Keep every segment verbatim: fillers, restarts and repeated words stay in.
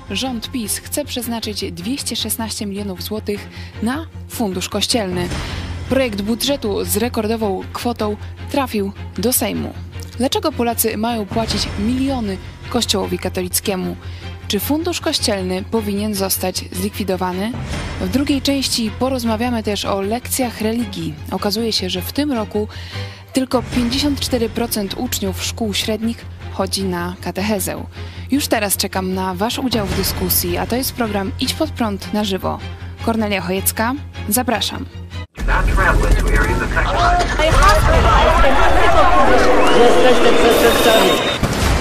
Rząd PiS chce przeznaczyć dwieście szesnaście milionów złotych na Fundusz Kościelny. Projekt budżetu z rekordową kwotą trafił do Sejmu. Dlaczego Polacy mają płacić miliony Kościołowi katolickiemu? Czy Fundusz Kościelny powinien zostać zlikwidowany? W drugiej części porozmawiamy też o lekcjach religii. Okazuje się, że w tym roku tylko pięćdziesiąt cztery procent uczniów szkół średnich chodzi na katechezę. Już teraz czekam na Wasz udział w dyskusji, a to jest program Idź Pod Prąd na żywo. Kornelia Chojecka, zapraszam. Jesteśmy przestępcami.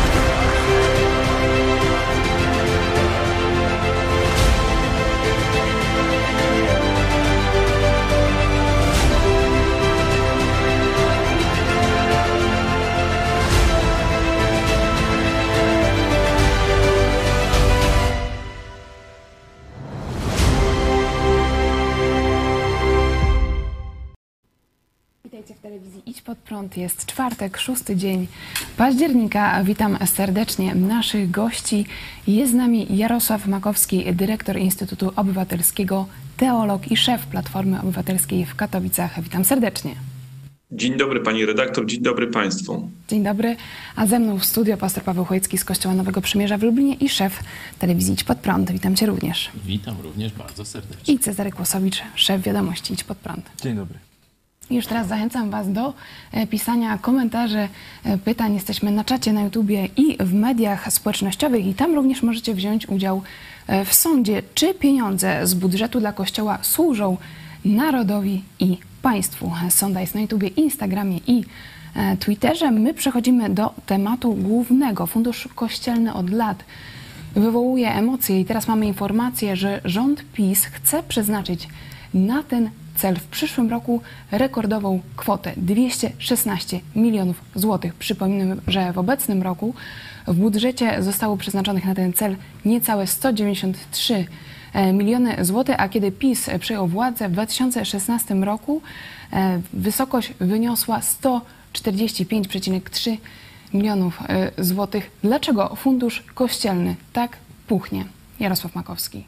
Witajcie w telewizji Idź Pod Prąd. Jest czwartek, szósty dzień października. Witam serdecznie naszych gości. Jest z nami Jarosław Makowski, dyrektor Instytutu Obywatelskiego, teolog i szef Platformy Obywatelskiej w Katowicach. Witam serdecznie. Dzień dobry pani redaktor, dzień dobry państwu. Dzień dobry, a ze mną w studio pastor Paweł Chojecki z Kościoła Nowego Przymierza w Lublinie i szef telewizji Idź Pod Prąd. Witam cię również. Witam również bardzo serdecznie. I Cezary Kłosowicz, szef wiadomości Idź Pod Prąd. Dzień dobry. I już teraz zachęcam Was do pisania komentarzy, pytań. Jesteśmy na czacie, na YouTubie i w mediach społecznościowych i tam również możecie wziąć udział w sądzie, czy pieniądze z budżetu dla Kościoła służą narodowi i państwu. Sonda jest na YouTubie, Instagramie i Twitterze. My przechodzimy do tematu głównego. Fundusz Kościelny od lat wywołuje emocje i teraz mamy informację, że rząd PiS chce przeznaczyć na ten cel w przyszłym roku rekordową kwotę dwieście szesnaście milionów złotych. Przypomnę, że w obecnym roku w budżecie zostało przeznaczonych na ten cel niecałe sto dziewięćdziesiąt trzy miliony złotych, a kiedy PiS przejął władzę w dwa tysiące szesnastym roku wysokość wyniosła sto czterdzieści pięć przecinek trzy milionów złotych. Dlaczego Fundusz Kościelny tak puchnie? Jarosław Makowski.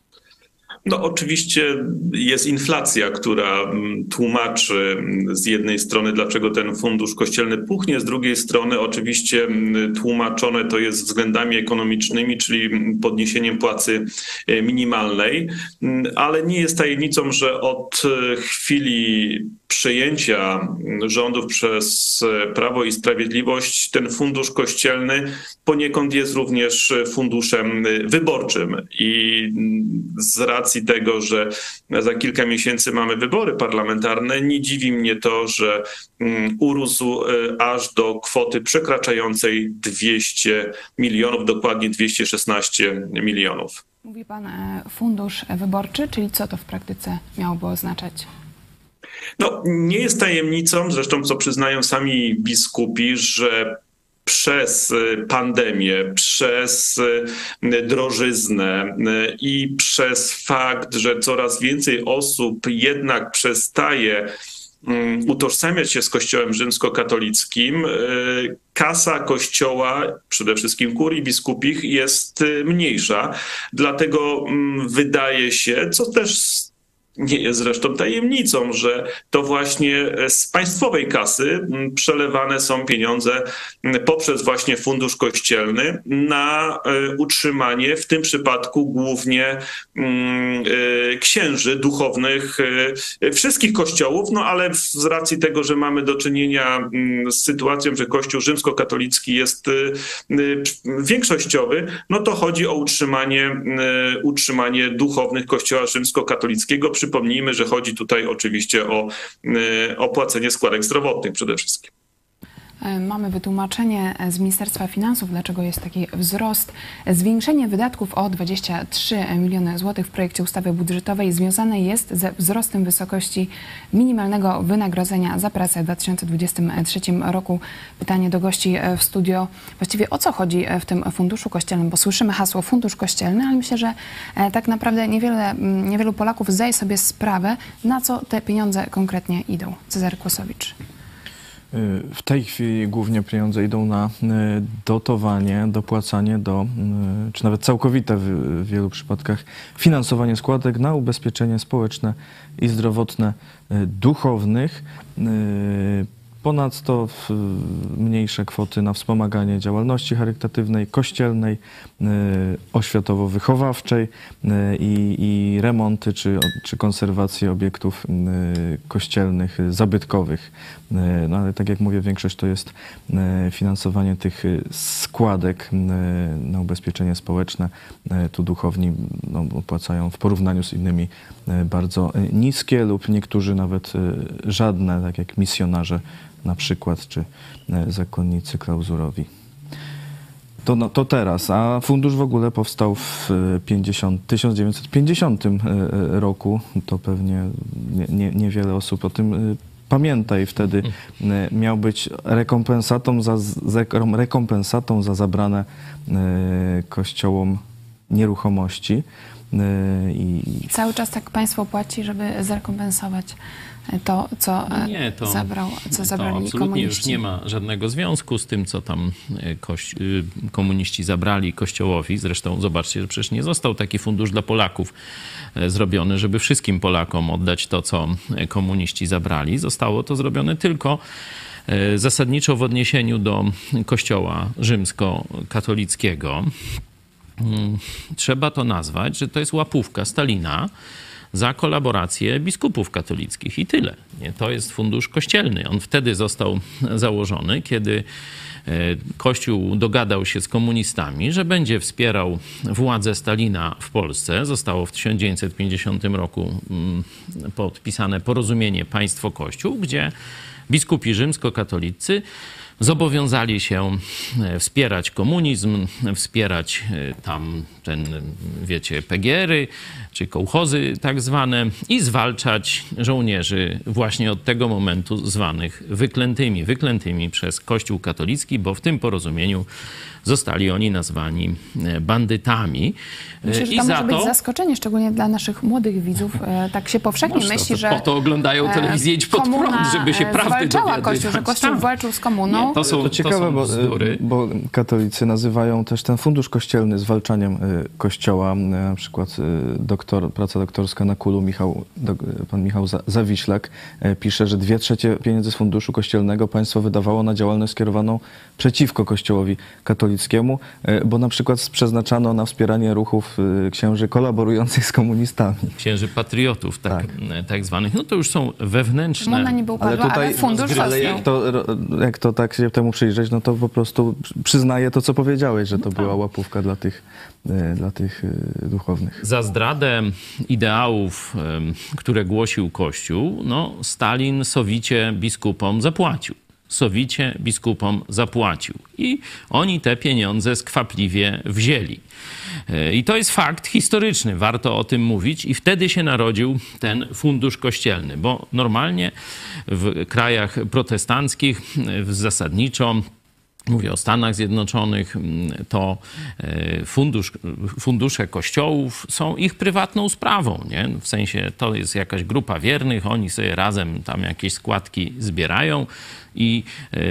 No oczywiście jest inflacja, która tłumaczy z jednej strony, dlaczego ten fundusz kościelny puchnie, z drugiej strony oczywiście tłumaczone to jest względami ekonomicznymi, czyli podniesieniem płacy minimalnej, ale nie jest tajemnicą, że od chwili przejęcia rządów przez Prawo i Sprawiedliwość ten fundusz kościelny poniekąd jest również funduszem wyborczym i z racji tego, że za kilka miesięcy mamy wybory parlamentarne, nie dziwi mnie to, że urósł aż do kwoty przekraczającej dwieście milionów, dokładnie dwieście szesnaście milionów. Mówi pan fundusz wyborczy, czyli co to w praktyce miałoby oznaczać? No, nie jest tajemnicą, zresztą co przyznają sami biskupi, że przez pandemię, przez drożyznę i przez fakt, że coraz więcej osób jednak przestaje utożsamiać się z Kościołem rzymskokatolickim, kasa Kościoła, przede wszystkim kurii biskupich, jest mniejsza. Dlatego wydaje się, co też nie jest zresztą tajemnicą, że to właśnie z państwowej kasy przelewane są pieniądze poprzez właśnie Fundusz Kościelny na utrzymanie w tym przypadku głównie księży duchownych wszystkich kościołów, no ale z racji tego, że mamy do czynienia z sytuacją, że Kościół rzymskokatolicki jest większościowy, no to chodzi o utrzymanie, utrzymanie duchownych Kościoła rzymskokatolickiego. Przypomnijmy, że chodzi tutaj oczywiście o opłacenie składek zdrowotnych przede wszystkim. Mamy wytłumaczenie z Ministerstwa Finansów, dlaczego jest taki wzrost. Zwiększenie wydatków o dwadzieścia trzy miliony złotych w projekcie ustawy budżetowej związane jest ze wzrostem wysokości minimalnego wynagrodzenia za pracę w dwa tysiące dwudziestym trzecim roku. Pytanie do gości w studio. Właściwie o co chodzi w tym Funduszu Kościelnym? Bo słyszymy hasło Fundusz Kościelny, ale myślę, że tak naprawdę niewiele, niewielu Polaków zdaje sobie sprawę, na co te pieniądze konkretnie idą. Cezary Kłosowicz. W tej chwili głównie pieniądze idą na dotowanie, dopłacanie do, czy nawet całkowite w wielu przypadkach finansowanie składek na ubezpieczenie społeczne i zdrowotne duchownych. Ponadto mniejsze kwoty na wspomaganie działalności charytatywnej, kościelnej, oświatowo-wychowawczej i, i remonty czy, czy konserwację obiektów kościelnych, zabytkowych. No ale tak jak mówię, większość to jest finansowanie tych składek na ubezpieczenie społeczne. Tu duchowni no, opłacają w porównaniu z innymi bardzo niskie lub niektórzy nawet żadne, tak jak misjonarze na przykład, czy zakonnicy klauzurowi. To, no, to teraz, a fundusz w ogóle powstał w tysiąc dziewięćset pięćdziesiątym roku. To pewnie nie, nie, niewiele osób o tym pamięta i wtedy miał być rekompensatą za, rekompensatą za zabrane kościołom nieruchomości. I cały czas tak państwo płaci, żeby zrekompensować to, co, nie, to, zabrał, co zabrali to absolutnie komuniści. Już nie ma żadnego związku z tym, co tam kości komuniści zabrali Kościołowi. Zresztą zobaczcie, że przecież nie został taki fundusz dla Polaków zrobiony, żeby wszystkim Polakom oddać to, co komuniści zabrali. Zostało to zrobione tylko zasadniczo w odniesieniu do Kościoła rzymskokatolickiego. Trzeba to nazwać, że to jest łapówka Stalina za kolaborację biskupów katolickich i tyle. Nie? To jest fundusz kościelny. On wtedy został założony, kiedy Kościół dogadał się z komunistami, że będzie wspierał władzę Stalina w Polsce. Zostało w tysiąc dziewięćset pięćdziesiątym roku podpisane porozumienie państwo-kościół, gdzie biskupi rzymskokatolicy zobowiązali się wspierać komunizm, wspierać tam ten, wiecie, pegiery czy kołchozy tak zwane i zwalczać żołnierzy właśnie od tego momentu zwanych wyklętymi. Wyklętymi przez Kościół katolicki, bo w tym porozumieniu zostali oni nazwani bandytami. Myślę, że to I może za być to... zaskoczenie, szczególnie dla naszych młodych widzów. Tak się powszechnie Może myśli, to, że po to oglądają telewizję Idź Pod Prąd, żeby się prawdy zwalczała dowiadywać. Kościół, że Kościół Tak. walczył z komuną. Nie, to są, to ciekawe, to są bo, bzdury. bo katolicy nazywają też ten fundusz kościelny zwalczaniem Kościoła. Na przykład doktor, praca doktorska na Kulu, Michał, pan Michał Zawiślak pisze, że dwie trzecie pieniędzy z funduszu kościelnego państwo wydawało na działalność skierowaną przeciwko Kościołowi katolickiemu, bo na przykład przeznaczano na wspieranie ruchów księży kolaborujących z komunistami. Księży patriotów, tak, tak. tak zwanych. No to już są wewnętrzne... Ona niby upadła, ale, tutaj, ale fundusz ale jak to, jak to tak się temu przyjrzeć, no to po prostu przyznaję to, co powiedziałeś, że to no była łapówka dla tych, dla tych duchownych. Za zdradę ideałów, które głosił Kościół, no Stalin sowicie biskupom zapłacił. Sowicie biskupom zapłacił. I oni te pieniądze skwapliwie wzięli. I to jest fakt historyczny, warto o tym mówić. I wtedy się narodził ten fundusz kościelny, bo normalnie w krajach protestanckich zasadniczo, mówię o Stanach Zjednoczonych, to fundusz, fundusze kościołów są ich prywatną sprawą. Nie? W sensie to jest jakaś grupa wiernych, oni sobie razem tam jakieś składki zbierają i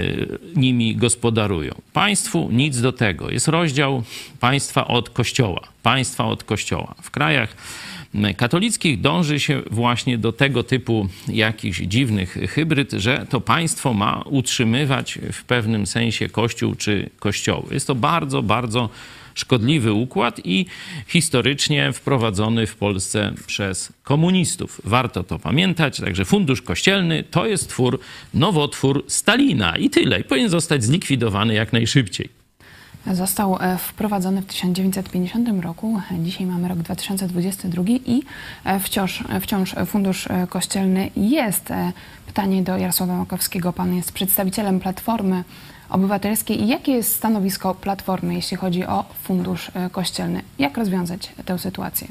nimi gospodarują. Państwu nic do tego. Jest rozdział państwa od kościoła. Państwa od kościoła. W krajach katolickich dąży się właśnie do tego typu jakichś dziwnych hybryd, że to państwo ma utrzymywać w pewnym sensie kościół czy kościoły. Jest to bardzo, bardzo szkodliwy układ i historycznie wprowadzony w Polsce przez komunistów. Warto to pamiętać. Także fundusz kościelny to jest twór, nowotwór Stalina i tyle. I powinien zostać zlikwidowany jak najszybciej. Został wprowadzony w tysiąc dziewięćset pięćdziesiątym roku. Dzisiaj mamy rok dwa tysiące dwudziesty drugi i wciąż, wciąż fundusz kościelny jest. Pytanie do Jarosława Makowskiego. Pan jest przedstawicielem Platformy Obywatelskiej. I jakie jest stanowisko Platformy, jeśli chodzi o fundusz kościelny? Jak rozwiązać tę sytuację?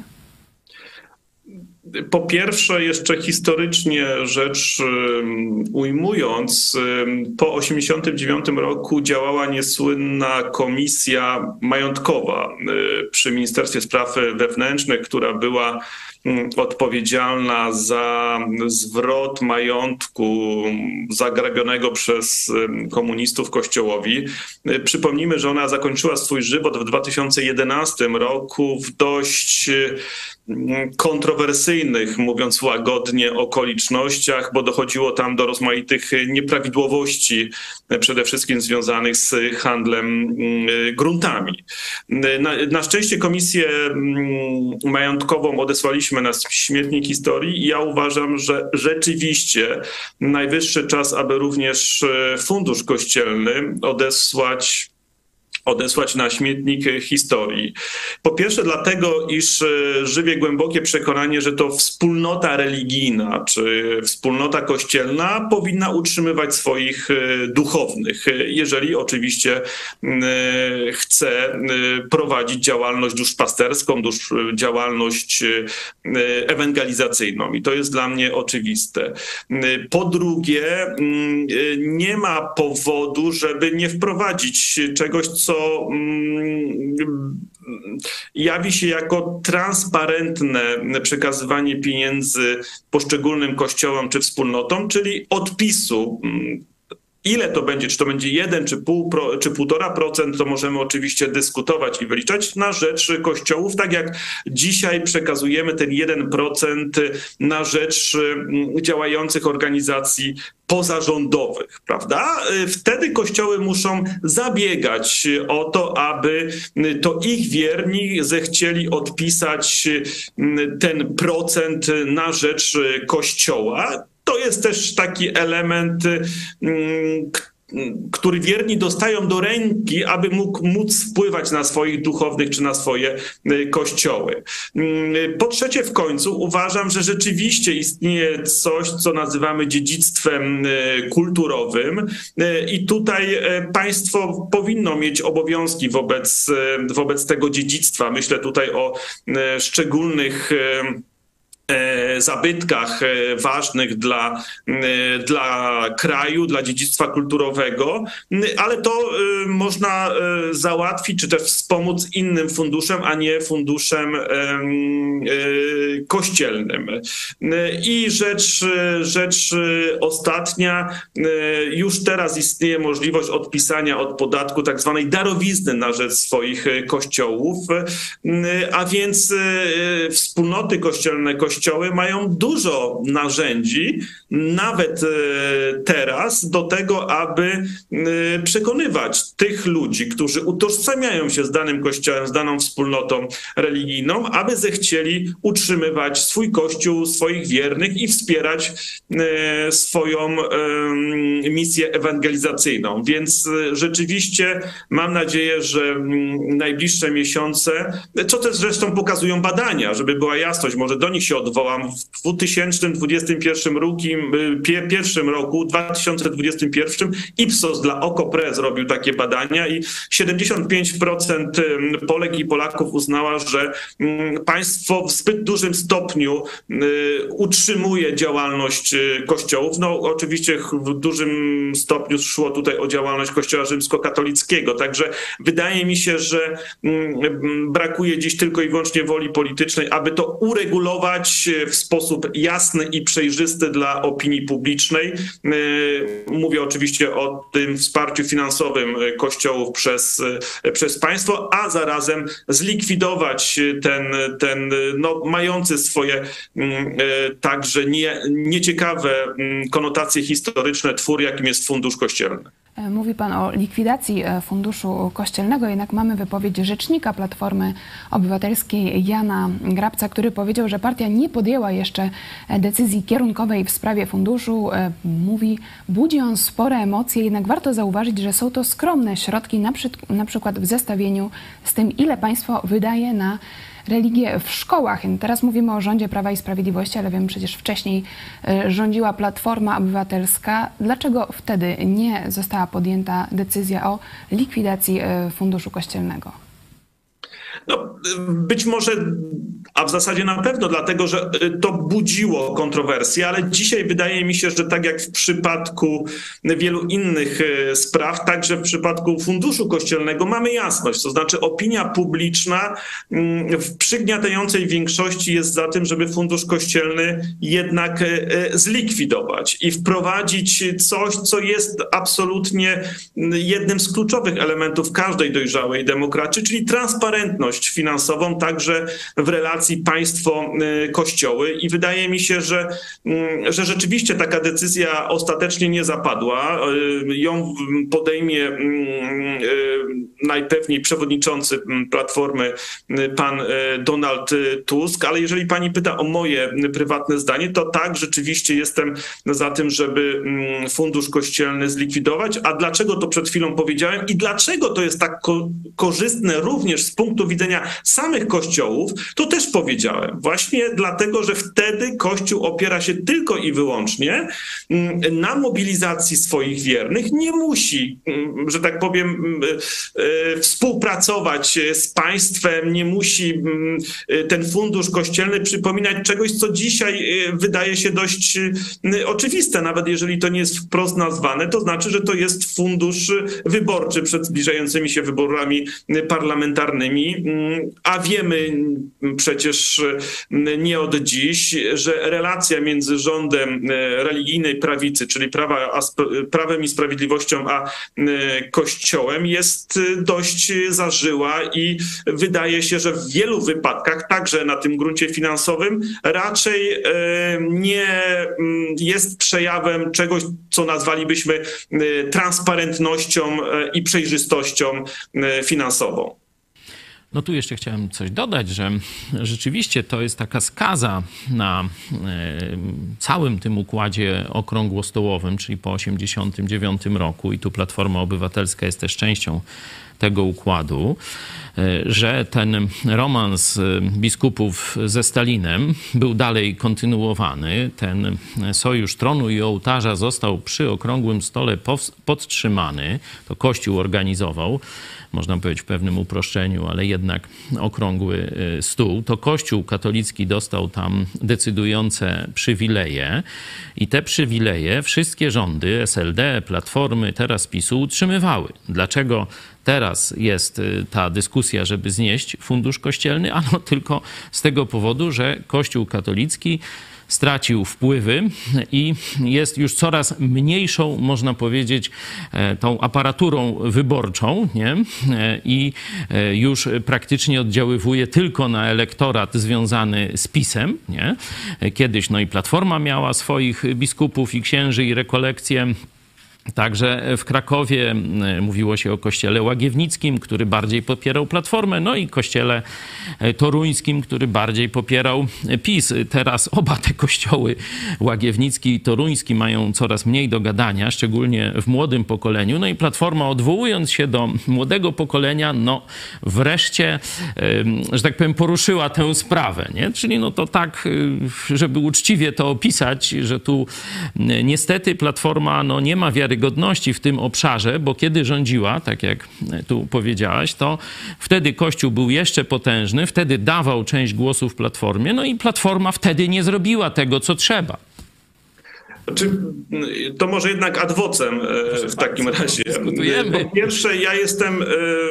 Po pierwsze, jeszcze historycznie rzecz ujmując, po osiemdziesiątym dziewiątym roku działała niesłynna komisja majątkowa przy Ministerstwie Spraw Wewnętrznych, która była odpowiedzialna za zwrot majątku zagrabionego przez komunistów Kościołowi. Przypomnijmy, że ona zakończyła swój żywot w dwa tysiące jedenastym roku w dość kontrowersyjnych, mówiąc łagodnie, okolicznościach, bo dochodziło tam do rozmaitych nieprawidłowości, przede wszystkim związanych z handlem gruntami. Na, na szczęście komisję majątkową odesłaliśmy na śmietnik historii i ja uważam, że rzeczywiście najwyższy czas, aby również Fundusz Kościelny odesłać odesłać na śmietnik historii. Po pierwsze dlatego, iż żywię głębokie przekonanie, że to wspólnota religijna czy wspólnota kościelna powinna utrzymywać swoich duchownych, jeżeli oczywiście chce prowadzić działalność duszpasterską, dusz, działalność ewangelizacyjną. I to jest dla mnie oczywiste. Po drugie, nie ma powodu, żeby nie wprowadzić czegoś, co co jawi się jako transparentne przekazywanie pieniędzy poszczególnym kościołom czy wspólnotom, czyli odpisu. Ile to będzie, czy to będzie jeden, czy pół, czy półtora procent, to możemy oczywiście dyskutować i wyliczać na rzecz kościołów, tak jak dzisiaj przekazujemy ten jeden procent na rzecz działających organizacji pozarządowych, prawda? Wtedy kościoły muszą zabiegać o to, aby to ich wierni zechcieli odpisać ten procent na rzecz kościoła. To jest też taki element, który wierni dostają do ręki, aby mógł móc wpływać na swoich duchownych czy na swoje kościoły. Po trzecie, w końcu uważam, że rzeczywiście istnieje coś, co nazywamy dziedzictwem kulturowym i tutaj państwo powinno mieć obowiązki wobec, wobec tego dziedzictwa. Myślę tutaj o szczególnych zabytkach ważnych dla, dla kraju, dla dziedzictwa kulturowego, ale to można załatwić, czy też wspomóc innym funduszem, a nie funduszem kościelnym. I rzecz, rzecz ostatnia, już teraz istnieje możliwość odpisania od podatku tak zwanej darowizny na rzecz swoich kościołów, a więc wspólnoty kościelne, kościoły mają dużo narzędzi, nawet teraz, do tego, aby przekonywać tych ludzi, którzy utożsamiają się z danym kościołem, z daną wspólnotą religijną, aby zechcieli utrzymywać swój kościół, swoich wiernych i wspierać swoją misję ewangelizacyjną. Więc rzeczywiście mam nadzieję, że najbliższe miesiące, co też zresztą pokazują badania, żeby była jasność, może do nich się odwołam, w dwa tysiące dwudziestym pierwszym roku, pierwszym roku, dwa tysiące dwudziestym pierwszym Ipsos dla Okopres robił takie badania i siedemdziesiąt pięć procent Polek i Polaków uznała, że państwo w zbyt dużym stopniu utrzymuje działalność kościołów. No oczywiście w dużym stopniu szło tutaj o działalność Kościoła rzymskokatolickiego, także wydaje mi się, że brakuje dziś tylko i wyłącznie woli politycznej, aby to uregulować w sposób jasny i przejrzysty dla opinii publicznej. Mówię oczywiście o tym wsparciu finansowym kościołów przez, przez państwo, a zarazem zlikwidować ten, ten no, mający swoje także nie, nieciekawe konotacje historyczne twór, jakim jest Fundusz Kościelny. Mówi pan o likwidacji Funduszu Kościelnego, jednak mamy wypowiedź rzecznika Platformy Obywatelskiej Jana Grabca, który powiedział, że partia nie podjęła jeszcze decyzji kierunkowej w sprawie funduszu. Mówi, budzi on spore emocje, jednak warto zauważyć, że są to skromne środki, na, przy, na przykład w zestawieniu z tym, ile państwo wydaje na religię w szkołach. Teraz mówimy o rządzie Prawa i Sprawiedliwości, ale wiem, przecież wcześniej rządziła Platforma Obywatelska. Dlaczego wtedy nie została podjęta decyzja o likwidacji Funduszu Kościelnego? No, być może a w zasadzie na pewno dlatego, że to budziło kontrowersje, ale dzisiaj wydaje mi się, że tak jak w przypadku wielu innych spraw, także w przypadku Funduszu Kościelnego mamy jasność, to znaczy opinia publiczna w przygniatającej większości jest za tym, żeby Fundusz Kościelny jednak zlikwidować i wprowadzić coś, co jest absolutnie jednym z kluczowych elementów każdej dojrzałej demokracji, czyli transparentność finansową także w relacji państwo-kościoły. I wydaje mi się, że, że rzeczywiście taka decyzja ostatecznie nie zapadła. Ją podejmie najpewniej przewodniczący Platformy pan Donald Tusk, ale jeżeli pani pyta o moje prywatne zdanie, to tak, rzeczywiście jestem za tym, żeby Fundusz Kościelny zlikwidować. A dlaczego to przed chwilą powiedziałem i dlaczego to jest tak ko- korzystne również z punktu widzenia samych kościołów, to też powiedziałem. Właśnie dlatego, że wtedy Kościół opiera się tylko i wyłącznie na mobilizacji swoich wiernych. Nie musi, że tak powiem, współpracować z państwem, nie musi ten Fundusz Kościelny przypominać czegoś, co dzisiaj wydaje się dość oczywiste, nawet jeżeli to nie jest wprost nazwane, to znaczy, że to jest fundusz wyborczy przed zbliżającymi się wyborami parlamentarnymi, a wiemy przecież nie od dziś, że relacja między rządem religijnej prawicy, czyli prawa, a Prawem i Sprawiedliwością, a Kościołem jest dość zażyła i wydaje się, że w wielu wypadkach, także na tym gruncie finansowym, raczej nie jest przejawem czegoś, co nazwalibyśmy transparentnością i przejrzystością finansową. No tu jeszcze chciałem coś dodać, że rzeczywiście to jest taka skaza na całym tym układzie okrągłostołowym, czyli po osiemdziesiątym dziewiątym roku, i tu Platforma Obywatelska jest też częścią tego układu, że ten romans biskupów ze Stalinem był dalej kontynuowany. Ten sojusz tronu i ołtarza został przy okrągłym stole podtrzymany. To Kościół organizował, można powiedzieć w pewnym uproszczeniu, ale jednak okrągły stół. To Kościół katolicki dostał tam decydujące przywileje i te przywileje wszystkie rządy S L D, Platformy, teraz PiSu utrzymywały. Dlaczego teraz jest ta dyskusja, żeby znieść Fundusz Kościelny? Ano tylko z tego powodu, że Kościół katolicki stracił wpływy i jest już coraz mniejszą, można powiedzieć, tą aparaturą wyborczą, nie? I już praktycznie oddziaływuje tylko na elektorat związany z PiS-em, nie? Kiedyś no i Platforma miała swoich biskupów i księży i rekolekcje. Także w Krakowie mówiło się o kościele łagiewnickim, który bardziej popierał Platformę, no i kościele toruńskim, który bardziej popierał PiS. Teraz oba te kościoły, łagiewnicki i toruński, mają coraz mniej do gadania, szczególnie w młodym pokoleniu. No i Platforma, odwołując się do młodego pokolenia, no wreszcie, że tak powiem, poruszyła tę sprawę, nie? Czyli no to tak, żeby uczciwie to opisać, że tu niestety Platforma no nie ma wiary godności w tym obszarze, bo kiedy rządziła, tak jak tu powiedziałaś, to wtedy Kościół był jeszcze potężny, wtedy dawał część głosów Platformie, no i Platforma wtedy nie zrobiła tego, co trzeba. Znaczy, to może jednak ad vocem w takim razie. Po pierwsze, ja jestem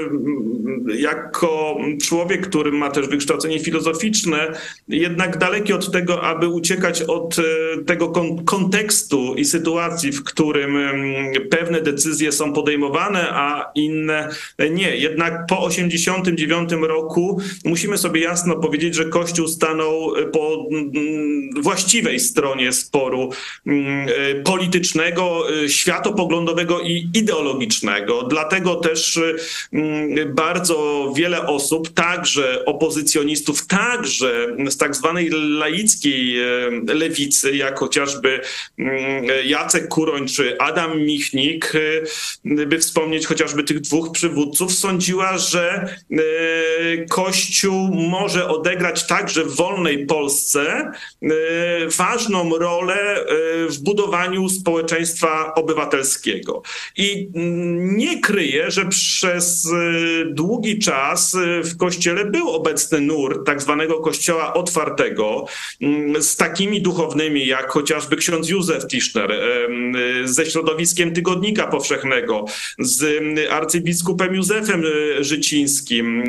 jako człowiek, który ma też wykształcenie filozoficzne, jednak daleki od tego, aby uciekać od tego kontekstu i sytuacji, w którym pewne decyzje są podejmowane, a inne nie. Jednak po osiemdziesiątym dziewiątym roku musimy sobie jasno powiedzieć, że Kościół stanął po właściwej stronie sporu politycznego, światopoglądowego i ideologicznego. Dlatego też bardzo wiele osób, także opozycjonistów, także z tak zwanej laickiej lewicy, jak chociażby Jacek Kuroń czy Adam Michnik, by wspomnieć chociażby tych dwóch przywódców, sądziła, że Kościół może odegrać także w wolnej Polsce ważną rolę w budowaniu społeczeństwa obywatelskiego. I nie kryję, że przez długi czas w Kościele był obecny nurt tak zwanego Kościoła otwartego z takimi duchownymi jak chociażby ksiądz Józef Tischner, ze środowiskiem Tygodnika Powszechnego, z arcybiskupem Józefem Życińskim,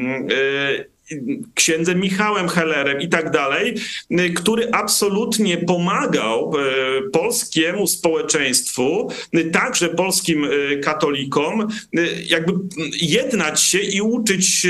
księdzem Michałem Hellerem i tak dalej, który absolutnie pomagał polskiemu społeczeństwu, także polskim katolikom, jakby jednać się i uczyć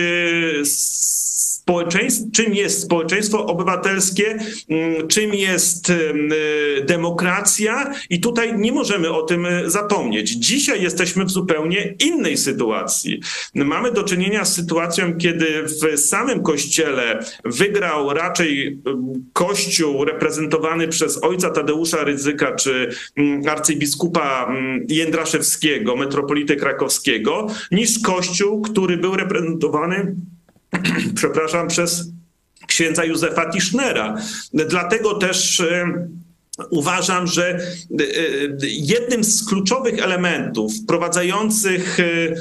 społeczeństw, czym jest społeczeństwo obywatelskie, czym jest demokracja i tutaj nie możemy o tym zapomnieć. Dzisiaj jesteśmy w zupełnie innej sytuacji. Mamy do czynienia z sytuacją, kiedy w samym Kościele wygrał raczej Kościół reprezentowany przez ojca Tadeusza Rydzyka czy arcybiskupa Jędraszewskiego, metropolitę krakowskiego, niż Kościół, który był reprezentowany przepraszam, przez księdza Józefa Tischnera. Dlatego też uważam, że jednym z kluczowych elementów wprowadzających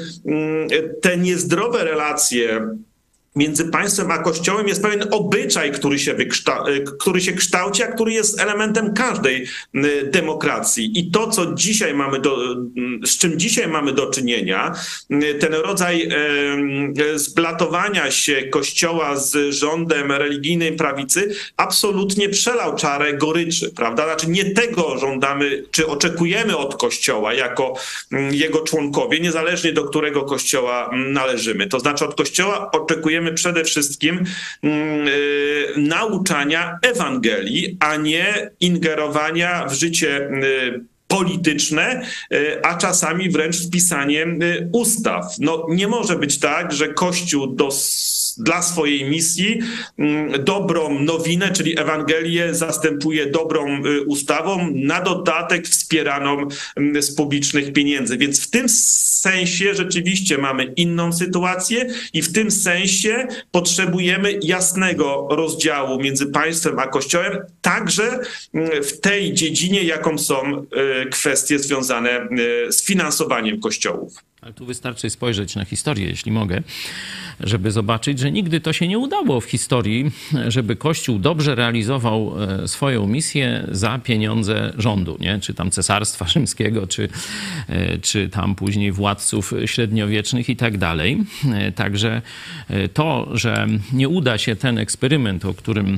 te niezdrowe relacje między państwem a Kościołem jest pewien obyczaj, który się, wykszta- który się kształci, a który jest elementem każdej demokracji. I to, co dzisiaj mamy do, z czym dzisiaj mamy do czynienia, ten rodzaj e, zblatowania się Kościoła z rządem religijnej prawicy absolutnie przelał czarę goryczy, prawda? Znaczy nie tego żądamy, czy oczekujemy od Kościoła jako jego członkowie, niezależnie do którego Kościoła należymy. To znaczy od Kościoła oczekujemy przede wszystkim yy, nauczania Ewangelii, a nie ingerowania w życie yy, polityczne, a czasami wręcz wpisanie ustaw. No, nie może być tak, że Kościół do, dla swojej misji dobrą nowinę, czyli Ewangelię, zastępuje dobrą ustawą, na dodatek wspieraną z publicznych pieniędzy. Więc w tym sensie rzeczywiście mamy inną sytuację i w tym sensie potrzebujemy jasnego rozdziału między państwem a Kościołem, także w tej dziedzinie, jaką są kwestie związane z finansowaniem kościołów. Ale tu wystarczy spojrzeć na historię, jeśli mogę, żeby zobaczyć, że nigdy to się nie udało w historii, żeby Kościół dobrze realizował swoją misję za pieniądze rządu, nie? Czy tam Cesarstwa Rzymskiego, czy, czy tam później władców średniowiecznych i tak dalej. Także to, że nie uda się ten eksperyment, o którym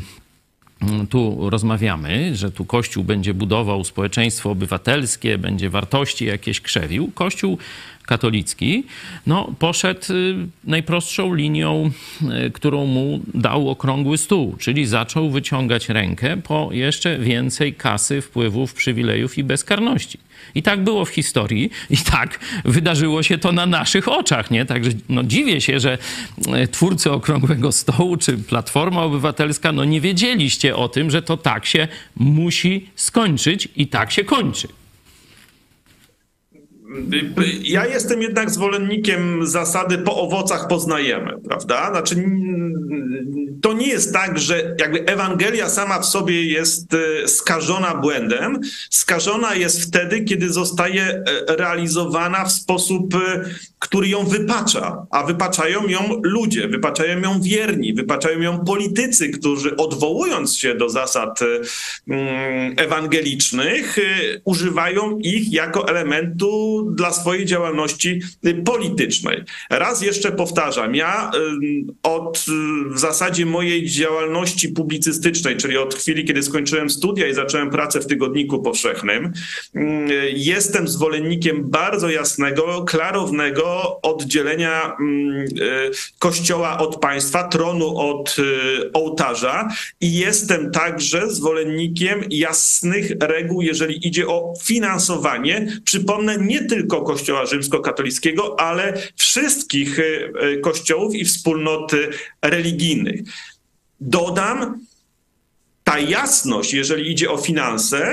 tu rozmawiamy, że tu Kościół będzie budował społeczeństwo obywatelskie, będzie wartości jakieś krzewił. Kościół katolicki no, poszedł najprostszą linią, którą mu dał okrągły stół, czyli zaczął wyciągać rękę po jeszcze więcej kasy, wpływów, przywilejów i bezkarności. I tak było w historii i tak wydarzyło się to na naszych oczach, nie? Także no, dziwię się, że twórcy Okrągłego Stołu czy Platforma Obywatelska no, nie wiedzieliście o tym, że to tak się musi skończyć i tak się kończy. Ja jestem jednak zwolennikiem zasady po owocach poznajemy, prawda? Znaczy to nie jest tak, że jakby Ewangelia sama w sobie jest skażona błędem. Skażona jest wtedy, kiedy zostaje realizowana w sposób, który ją wypacza, a wypaczają ją ludzie, wypaczają ją wierni, wypaczają ją politycy, którzy odwołując się do zasad ewangelicznych, używają ich jako elementu dla swojej działalności politycznej. Raz jeszcze powtarzam, ja od w zasadzie mojej działalności publicystycznej, czyli od chwili, kiedy skończyłem studia i zacząłem pracę w Tygodniku Powszechnym, jestem zwolennikiem bardzo jasnego, klarownego oddzielenia Kościoła od państwa, tronu od ołtarza i jestem także zwolennikiem jasnych reguł, jeżeli idzie o finansowanie. Przypomnę, nie tylko Kościoła rzymskokatolickiego, ale wszystkich kościołów i wspólnot religijnych. Dodam, ta jasność, jeżeli idzie o finanse,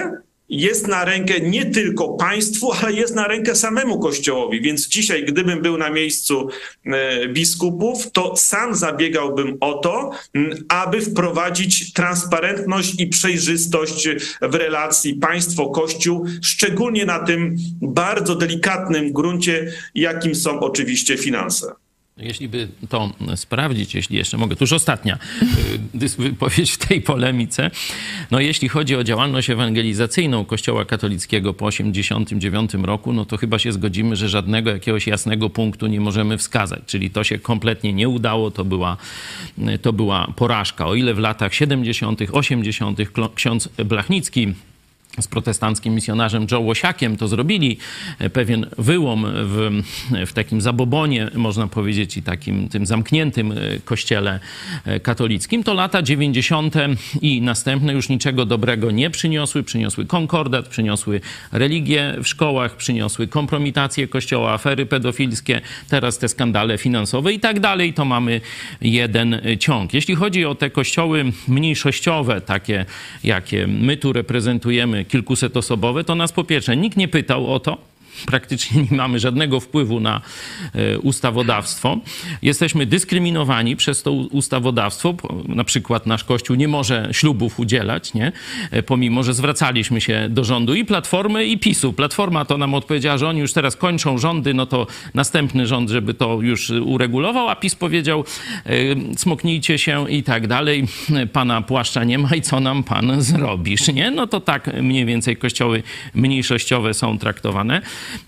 jest na rękę nie tylko państwu, ale jest na rękę samemu Kościołowi. Więc dzisiaj, gdybym był na miejscu biskupów, to sam zabiegałbym o to, aby wprowadzić transparentność i przejrzystość w relacji państwo-Kościół, szczególnie na tym bardzo delikatnym gruncie, jakim są oczywiście finanse. Jeśli by to sprawdzić, jeśli jeszcze mogę, to już ostatnia wypowiedź w tej polemice. No jeśli chodzi o działalność ewangelizacyjną Kościoła katolickiego po osiemdziesiątym dziewiątym roku, no to chyba się zgodzimy, że żadnego jakiegoś jasnego punktu nie możemy wskazać. Czyli to się kompletnie nie udało, to była, to była porażka. O ile w latach siedemdziesiątych, osiemdziesiątych ksiądz Blachnicki z protestanckim misjonarzem Joe Łosiakiem to zrobili pewien wyłom w, w takim zabobonie, można powiedzieć, i takim tym zamkniętym kościele katolickim, to lata dziewięćdziesiąte i następne już niczego dobrego nie przyniosły. Przyniosły konkordat, przyniosły religię w szkołach, przyniosły kompromitację kościoła, afery pedofilskie, teraz te skandale finansowe i tak dalej. To mamy jeden ciąg. Jeśli chodzi o te kościoły mniejszościowe, takie jakie my tu reprezentujemy, kilkusetosobowe, to nas po pierwsze nikt nie pytał o to. Praktycznie nie mamy żadnego wpływu na ustawodawstwo. Jesteśmy dyskryminowani przez to ustawodawstwo. Na przykład nasz Kościół nie może ślubów udzielać, nie? Pomimo że zwracaliśmy się do rządu i Platformy, i PiSu. Platforma to nam odpowiedziała, że oni już teraz kończą rządy, no to następny rząd, żeby to już uregulował, a PiS powiedział, smoknijcie się i tak dalej. Pana płaszcza nie ma i co nam pan zrobisz, nie? No to tak mniej więcej kościoły mniejszościowe są traktowane.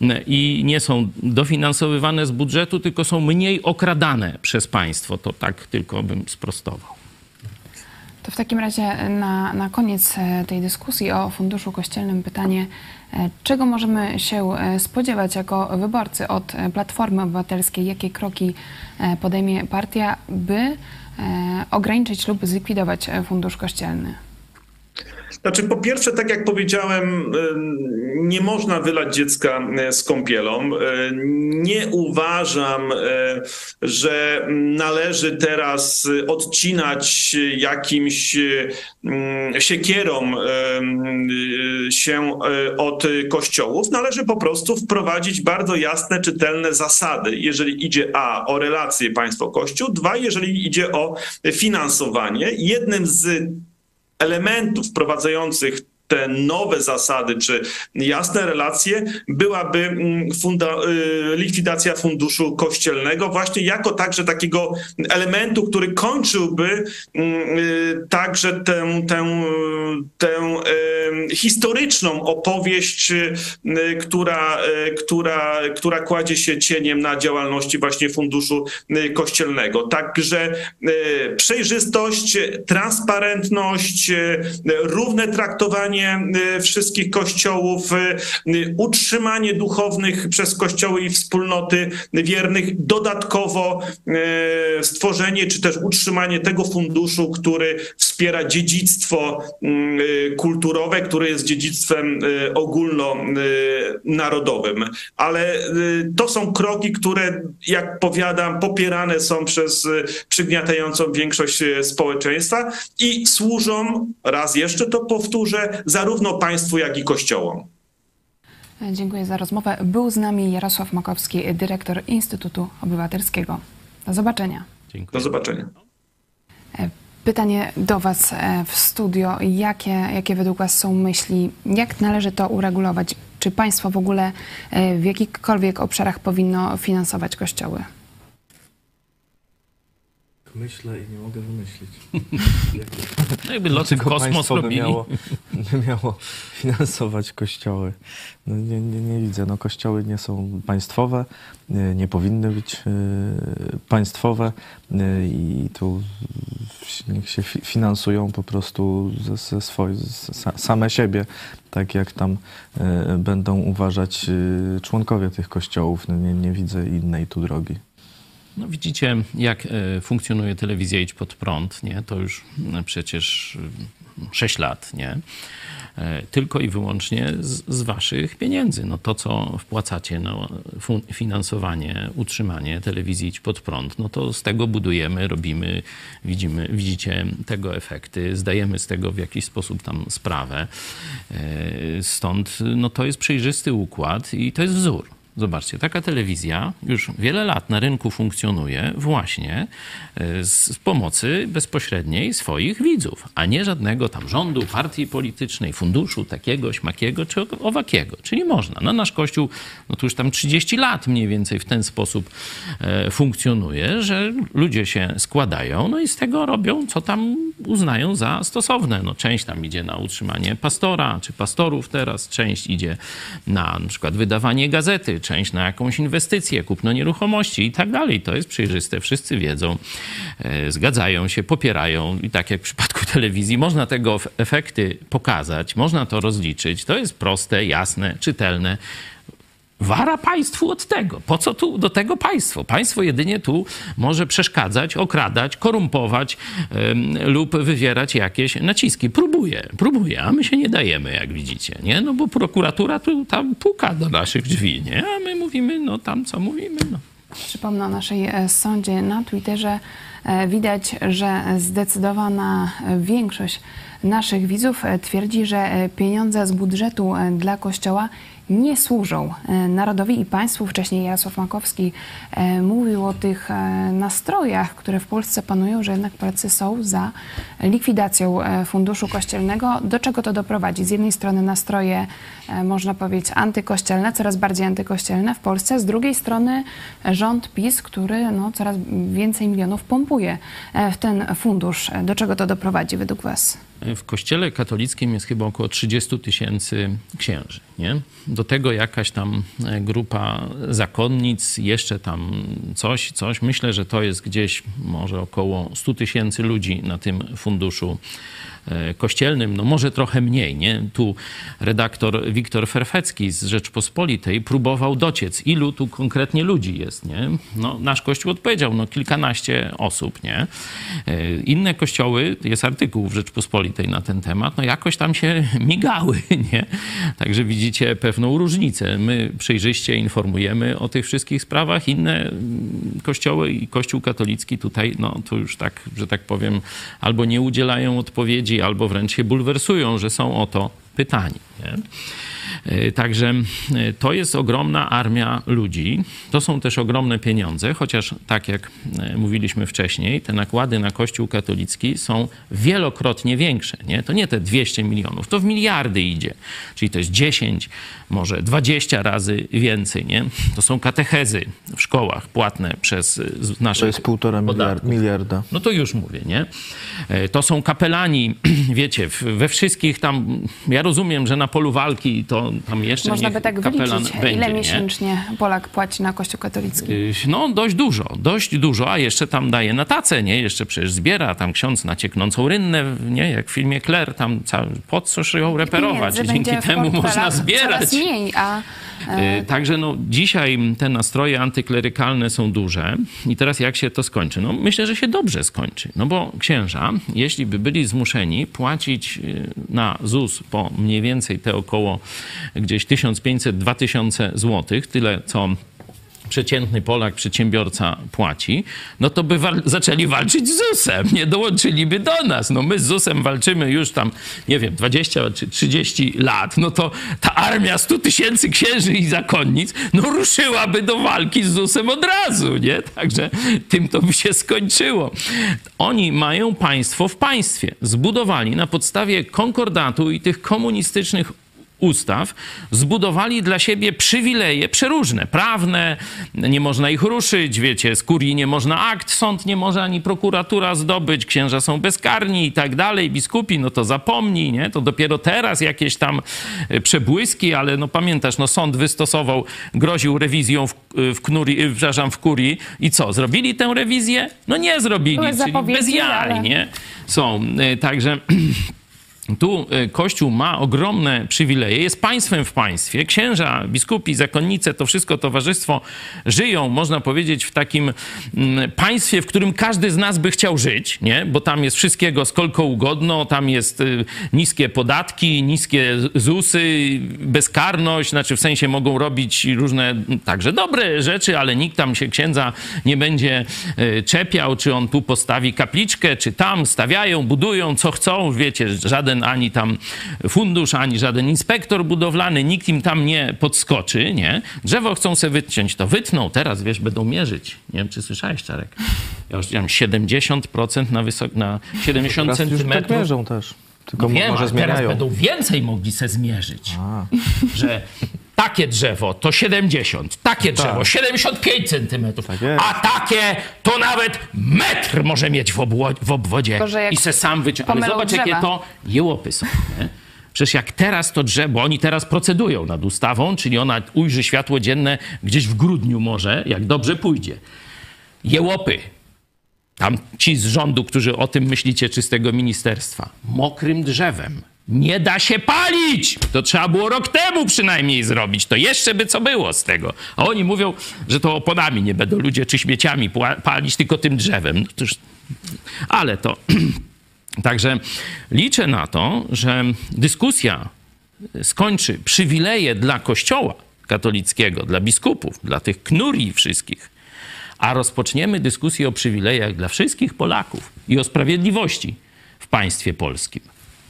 I nie są dofinansowywane z budżetu, tylko są mniej okradane przez państwo. To tak tylko bym sprostował. To w takim razie na, na koniec tej dyskusji o Funduszu Kościelnym pytanie, czego możemy się spodziewać jako wyborcy od Platformy Obywatelskiej? Jakie kroki podejmie partia, by ograniczyć lub zlikwidować Fundusz Kościelny? Znaczy, po pierwsze, tak jak powiedziałem, nie można wylać dziecka z kąpielą. Nie uważam, że należy teraz odcinać jakimś siekierą się od kościołów. Należy po prostu wprowadzić bardzo jasne, czytelne zasady, jeżeli idzie a. o relacje państwo-kościół, dwa. jeżeli idzie o finansowanie. Jednym z elementów wprowadzających te nowe zasady czy jasne relacje byłaby funda, likwidacja funduszu kościelnego właśnie jako także takiego elementu, który kończyłby także tę, tę, tę historyczną opowieść, która, która, która kładzie się cieniem na działalności właśnie funduszu kościelnego. Także przejrzystość, transparentność, równe traktowanie wszystkich kościołów, utrzymanie duchownych przez kościoły i wspólnoty wiernych, dodatkowo stworzenie czy też utrzymanie tego funduszu, który wspiera dziedzictwo kulturowe, które jest dziedzictwem ogólnonarodowym. Ale to są kroki, które, jak powiadam, popierane są przez przygniatającą większość społeczeństwa i służą, raz jeszcze to powtórzę, zarówno państwu, jak i kościołom. Dziękuję za rozmowę. Był z nami Jarosław Makowski, dyrektor Instytutu Obywatelskiego. Do zobaczenia. Dziękuję. Do zobaczenia. Pytanie do Was w studio. Jakie, jakie według Was są myśli? Jak należy to uregulować? Czy państwo w ogóle w jakichkolwiek obszarach powinno finansować kościoły? Myślę i nie mogę wymyślić. No jakby loty w kosmos by robili. miało, by miało finansować kościoły. No nie, nie, nie widzę. No kościoły nie są państwowe, nie, nie powinny być y, państwowe y, i tu niech się fi, finansują po prostu ze, ze swoje, ze, same siebie, tak jak tam y, będą uważać y, członkowie tych kościołów. No nie, nie widzę innej tu drogi. No widzicie, jak funkcjonuje telewizja Idź Pod Prąd, nie? To już przecież sześć lat, nie? Tylko i wyłącznie z, z waszych pieniędzy. No to, co wpłacacie na finansowanie, utrzymanie telewizji Idź Pod Prąd, no to z tego budujemy, robimy, widzimy, widzicie tego efekty, zdajemy z tego w jakiś sposób tam sprawę. Stąd no to jest przejrzysty układ i to jest wzór. Zobaczcie, taka telewizja już wiele lat na rynku funkcjonuje właśnie z, z pomocy bezpośredniej swoich widzów, a nie żadnego tam rządu, partii politycznej, funduszu takiego, śmakiego czy owakiego. Czyli można. No, nasz Kościół, no to już tam trzydzieści lat mniej więcej w ten sposób e, funkcjonuje, że ludzie się składają, no i z tego robią, co tam uznają za stosowne. No, część tam idzie na utrzymanie pastora, czy pastorów teraz, część idzie na na przykład wydawanie gazety, część na jakąś inwestycję, kupno nieruchomości i tak dalej. To jest przejrzyste, wszyscy wiedzą, e, zgadzają się, popierają i tak jak w przypadku telewizji, można tego efekty pokazać, można to rozliczyć. To jest proste, jasne, czytelne. Wara państwu od tego. Po co tu do tego państwo? Państwo jedynie tu może przeszkadzać, okradać, korumpować ym, lub wywierać jakieś naciski. Próbuje, próbuje, a my się nie dajemy, jak widzicie, nie? No bo prokuratura tu tam puka do naszych drzwi, nie? A my mówimy, no tam co mówimy, no. Przypomnę o naszej sądzie na Twitterze. Widać, że zdecydowana większość naszych widzów twierdzi, że pieniądze z budżetu dla Kościoła nie służą narodowi i państwu. Wcześniej Jarosław Makowski mówił o tych nastrojach, które w Polsce panują, że jednak Polacy są za likwidacją Funduszu Kościelnego. Do czego to doprowadzi? Z jednej strony nastroje, można powiedzieć, antykościelne, coraz bardziej antykościelne w Polsce. Z drugiej strony rząd PiS, który no, coraz więcej milionów pompuje w ten fundusz. Do czego to doprowadzi według was? W Kościele katolickim jest chyba około trzydzieści tysięcy księży, nie? Do tego jakaś tam grupa zakonnic, jeszcze tam coś, coś. Myślę, że to jest gdzieś może około sto tysięcy ludzi na tym funduszu kościelnym, no może trochę mniej, nie? Tu redaktor Wiktor Ferfecki z Rzeczpospolitej próbował dociec, ilu tu konkretnie ludzi jest, nie? No, nasz Kościół odpowiedział, no kilkanaście osób, nie? Inne kościoły, jest artykuł w Rzeczpospolitej na ten temat, no jakoś tam się migały, nie? Także widzicie pewną różnicę. My przejrzyście informujemy o tych wszystkich sprawach, inne kościoły i Kościół katolicki tutaj, no to już tak, że tak powiem, albo nie udzielają odpowiedzi, albo wręcz się bulwersują, że są o to pytani. Nie? Także to jest ogromna armia ludzi. To są też ogromne pieniądze, chociaż tak jak mówiliśmy wcześniej, te nakłady na Kościół katolicki są wielokrotnie większe. Nie? To nie te dwieście milionów, to w miliardy idzie. Czyli to jest dziesięć, może dwadzieścia razy więcej. Nie? To są katechezy w szkołach płatne przez nasze. To jest półtora miliarda. No to już mówię, nie? To są kapelani, wiecie, we wszystkich tam, ja rozumiem, że na polu walki to tam jeszcze można by tak wyliczyć, będzie, ile nie? miesięcznie Polak płaci na Kościół katolicki? No dość dużo, dość dużo, a jeszcze tam daje na tacę, nie? Jeszcze przecież zbiera tam ksiądz na cieknącą rynnę, nie? Jak w filmie Claire, tam cały, po co ją reperować? I dzięki temu można zbierać. Coraz mniej, a... Także no, dzisiaj te nastroje antyklerykalne są duże i teraz jak się to skończy? No myślę, że się dobrze skończy, no bo księża, jeśli by byli zmuszeni płacić na ZUS po mniej więcej te około gdzieś tysiąc pięćset do dwa tysiące złotych, tyle co przeciętny Polak, przedsiębiorca płaci, no to by wal- zaczęli walczyć z ZUS-em, nie dołączyliby do nas. No my z ZUS-em walczymy już tam, nie wiem, dwadzieścia czy trzydzieści lat, no to ta armia stu tysięcy księży i zakonnic, no ruszyłaby do walki z ZUS-em od razu, nie? Także tym to by się skończyło. Oni mają państwo w państwie. Zbudowali na podstawie konkordatu i tych komunistycznych ustaw, zbudowali dla siebie przywileje przeróżne, prawne, nie można ich ruszyć, wiecie, z kurii nie można akt, sąd nie może ani prokuratura zdobyć, księża są bezkarni i tak dalej, biskupi, no to zapomnij, nie? To dopiero teraz jakieś tam przebłyski, ale no pamiętasz, no sąd wystosował, groził rewizją w, w, knuri, przepraszam, w kurii i co, zrobili tę rewizję? No nie zrobili, czyli bez jaj, nie? Są, także... Tu Kościół ma ogromne przywileje, jest państwem w państwie. Księża, biskupi, zakonnice, to wszystko towarzystwo żyją, można powiedzieć, w takim państwie, w którym każdy z nas by chciał żyć, nie? Bo tam jest wszystkiego skolko ugodno, tam jest niskie podatki, niskie zusy, bezkarność, znaczy w sensie mogą robić różne także dobre rzeczy, ale nikt tam się księdza nie będzie czepiał, czy on tu postawi kapliczkę, czy tam stawiają, budują, co chcą, wiecie, żaden ani tam fundusz, ani żaden inspektor budowlany, nikt im tam nie podskoczy, nie? Drzewo chcą sobie wyciąć, to wytną, teraz, wiesz, będą mierzyć. Nie wiem, czy słyszałeś, Czarek? Ja już mam siedemdziesiąt procent na, wysok- na siedemdziesiąt Teraz centymetrów. już tak mierzą też. Tylko No wiem, może a teraz zmieniają. będą więcej mogli se zmierzyć. A. Że takie drzewo to siedemdziesiąt, takie drzewo tak. siedemdziesiąt pięć centymetrów, Tak jest. a takie to nawet metr może mieć w, obło- w obwodzie Tylko, że jak i se sam wyciągnąć. Ale pomylą zobacz, drzewa. jakie to jełopy są. Nie? Przecież jak teraz to drzewo, bo oni teraz procedują nad ustawą, czyli ona ujrzy światło dzienne gdzieś w grudniu może, jak dobrze pójdzie. Jełopy. Tam ci z rządu, którzy o tym myślicie, czy z tego ministerstwa. Mokrym drzewem nie da się palić! To trzeba było rok temu przynajmniej zrobić. To jeszcze by co było z tego. A oni mówią, że to oponami nie będą ludzie czy śmieciami pła- palić, tylko tym drzewem. No to już... Ale to... Także liczę na to, że dyskusja skończy przywileje dla Kościoła katolickiego, dla biskupów, dla tych knuri wszystkich, a rozpoczniemy dyskusję o przywilejach dla wszystkich Polaków i o sprawiedliwości w państwie polskim.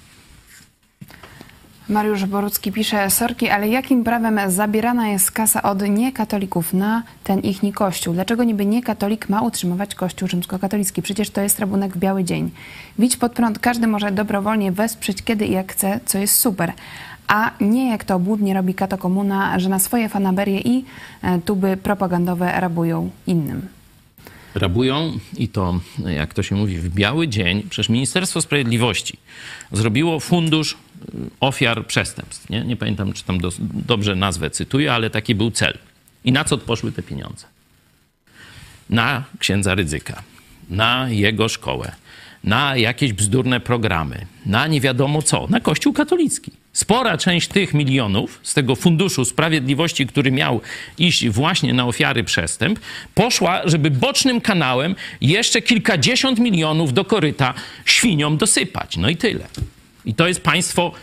Mariusz Borucki pisze, sorki, ale jakim prawem zabierana jest kasa od niekatolików na ten ichni kościół? Dlaczego niby niekatolik ma utrzymywać kościół rzymskokatolicki? Przecież to jest rabunek w biały dzień. Widź pod prąd, każdy może dobrowolnie wesprzeć kiedy i jak chce, co jest super. A nie jak to obłudnie robi katokomuna, że na swoje fanaberie i e, tuby propagandowe rabują innym. Rabują i to, jak to się mówi, w biały dzień. Przecież Ministerstwo Sprawiedliwości zrobiło fundusz ofiar przestępstw. Nie, nie pamiętam, czy tam do, dobrze nazwę cytuję, ale taki był cel. I na co poszły te pieniądze? Na księdza Rydzyka, na jego szkołę, na jakieś bzdurne programy, na nie wiadomo co, na Kościół katolicki. Spora część tych milionów z tego Funduszu Sprawiedliwości, który miał iść właśnie na ofiary przestępstw, poszła, żeby bocznym kanałem jeszcze kilkadziesiąt milionów do koryta świniom dosypać. No i tyle. I to jest państwo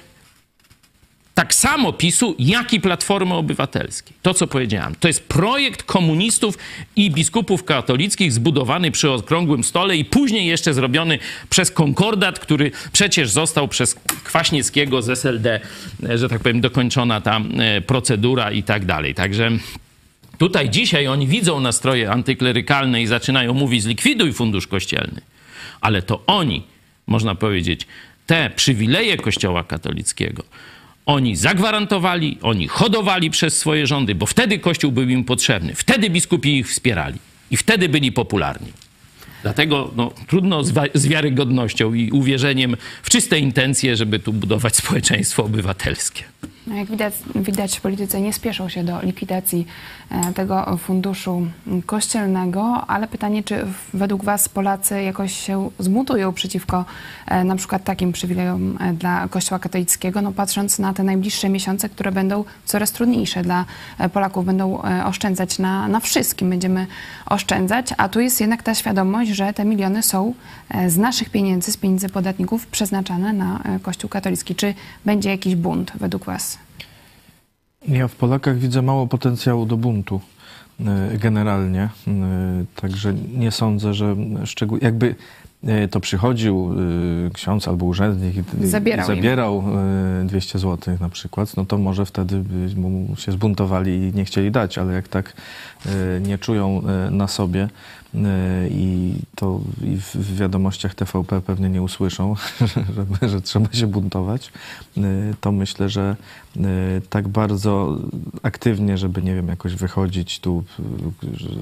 tak samo PiSu, jak i Platformy Obywatelskiej. To, co powiedziałem, to jest projekt komunistów i biskupów katolickich zbudowany przy okrągłym stole i później jeszcze zrobiony przez Konkordat, który przecież został przez Kwaśniewskiego z S L D, że tak powiem, dokończona ta procedura i tak dalej. Także tutaj dzisiaj oni widzą nastroje antyklerykalne i zaczynają mówić zlikwiduj fundusz kościelny. Ale to oni, można powiedzieć, te przywileje Kościoła katolickiego, oni zagwarantowali, oni hodowali przez swoje rządy, bo wtedy Kościół był im potrzebny, wtedy biskupi ich wspierali i wtedy byli popularni. Dlatego no, trudno z, wa- z wiarygodnością i uwierzeniem w czyste intencje, żeby tu budować społeczeństwo obywatelskie. No jak widać, widać, politycy nie spieszą się do likwidacji e, tego funduszu kościelnego, ale pytanie, czy w- według was Polacy jakoś się zbuntują przeciwko e, na przykład takim przywilejom e, dla Kościoła katolickiego, no patrząc na te najbliższe miesiące, które będą coraz trudniejsze dla e, Polaków, będą e, oszczędzać na, na wszystkim, będziemy oszczędzać, a tu jest jednak ta świadomość, że te miliony są e, z naszych pieniędzy, z pieniędzy podatników przeznaczane na e, Kościół katolicki. Czy będzie jakiś bunt według was? Ja w Polakach widzę mało potencjału do buntu y, generalnie, y, także nie sądzę, że szczególnie jakby y, to przychodził y, ksiądz albo urzędnik i, i Zabierał im. zabierał y, dwieście złotych na przykład, no to może wtedy by mu się zbuntowali i nie chcieli dać, ale jak tak y, nie czują y, na sobie y, i to i w, w wiadomościach T V P pewnie nie usłyszą, że, że trzeba się buntować, y, to myślę, że y, tak bardzo aktywnie, żeby, nie wiem, jakoś wychodzić tu, y, że,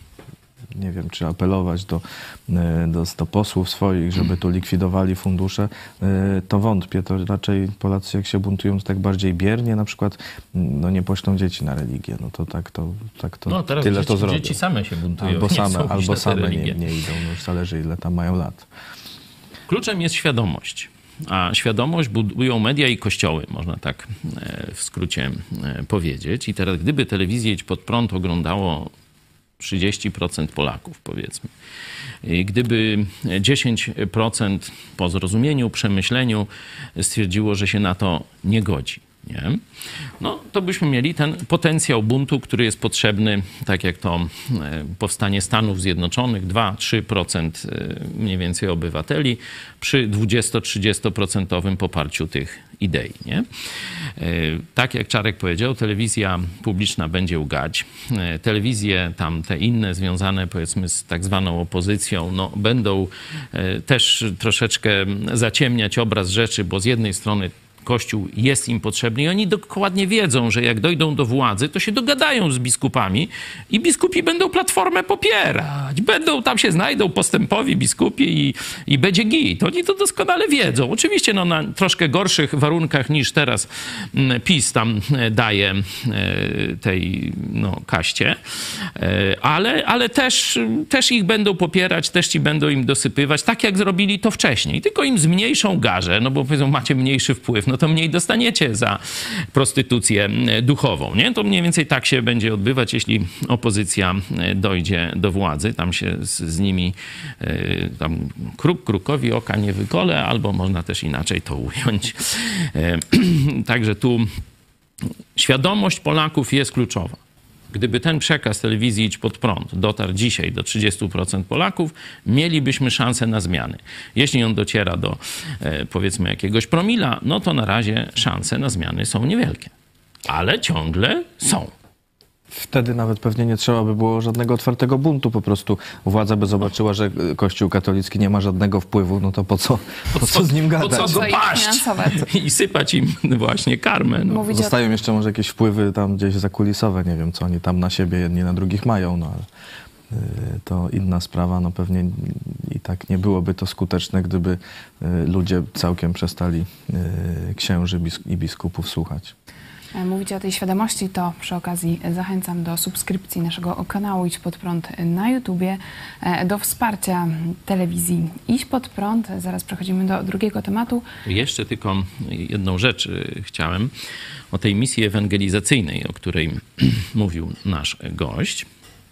nie wiem, czy apelować do, do, do posłów swoich, żeby tu likwidowali fundusze, to wątpię. To raczej Polacy, jak się buntują, to tak bardziej biernie, na przykład no nie poślą dzieci na religię. No to tak to, tak to No teraz tyle dzieci, to zrobią. dzieci same się buntują. Albo nie same, chcą iść albo na tę same nie, religię. nie idą. No, zależy, ile tam mają lat. Kluczem jest świadomość. A świadomość budują media i kościoły, można tak w skrócie powiedzieć. I teraz gdyby telewizję Idź Pod Prąd oglądało trzydzieści procent Polaków, powiedzmy, i gdyby dziesięć procent po zrozumieniu, przemyśleniu stwierdziło, że się na to nie godzi, nie? No to byśmy mieli ten potencjał buntu, który jest potrzebny, tak jak to powstanie Stanów Zjednoczonych, dwa do trzech procent mniej więcej obywateli przy dwudziesto-trzydziesto procent poparciu tych idei, nie? Tak jak Czarek powiedział, telewizja publiczna będzie ugać. Telewizje tam te inne związane powiedzmy z tak zwaną opozycją, no będą też troszeczkę zaciemniać obraz rzeczy, bo z jednej strony Kościół jest im potrzebny i oni dokładnie wiedzą, że jak dojdą do władzy, to się dogadają z biskupami i biskupi będą Platformę popierać. Będą, tam się znajdą postępowi biskupi i, i będzie git. Oni to doskonale wiedzą. Oczywiście no, na troszkę gorszych warunkach niż teraz PiS tam daje tej no, kaście, ale, ale też, też ich będą popierać, też ci będą im dosypywać, tak jak zrobili to wcześniej. Tylko im zmniejszą garzę, no bo powiedzą, macie mniejszy wpływ, no to mniej dostaniecie za prostytucję duchową, nie? To mniej więcej tak się będzie odbywać, jeśli opozycja dojdzie do władzy. Tam się z, z nimi tam kruk krukowi oka nie wykole, albo można też inaczej to ująć. Także tu świadomość Polaków jest kluczowa. Gdyby ten przekaz telewizji Idź Pod Prąd dotarł dzisiaj do trzydziestu procent Polaków, mielibyśmy szansę na zmiany. Jeśli on dociera do e, powiedzmy jakiegoś promila, no to na razie szanse na zmiany są niewielkie. Ale ciągle są. Wtedy nawet pewnie nie trzeba by było żadnego otwartego buntu. Po prostu władza by zobaczyła, że Kościół katolicki nie ma żadnego wpływu, no to po co, po co z nim gadać? Po co go paść i sypać im właśnie karmę. No. Zostają jeszcze może jakieś wpływy tam gdzieś zakulisowe, nie wiem, co oni tam na siebie jedni na drugich mają, no ale y, to inna sprawa. No pewnie i tak nie byłoby to skuteczne, gdyby y, ludzie całkiem przestali y, księży bis- i biskupów słuchać. Mówicie o tej świadomości, to przy okazji zachęcam do subskrypcji naszego kanału Idź Pod Prąd na YouTubie, do wsparcia telewizji Idź Pod Prąd. Zaraz przechodzimy do drugiego tematu. Jeszcze tylko jedną rzecz chciałem o tej misji ewangelizacyjnej, o której mówił nasz gość.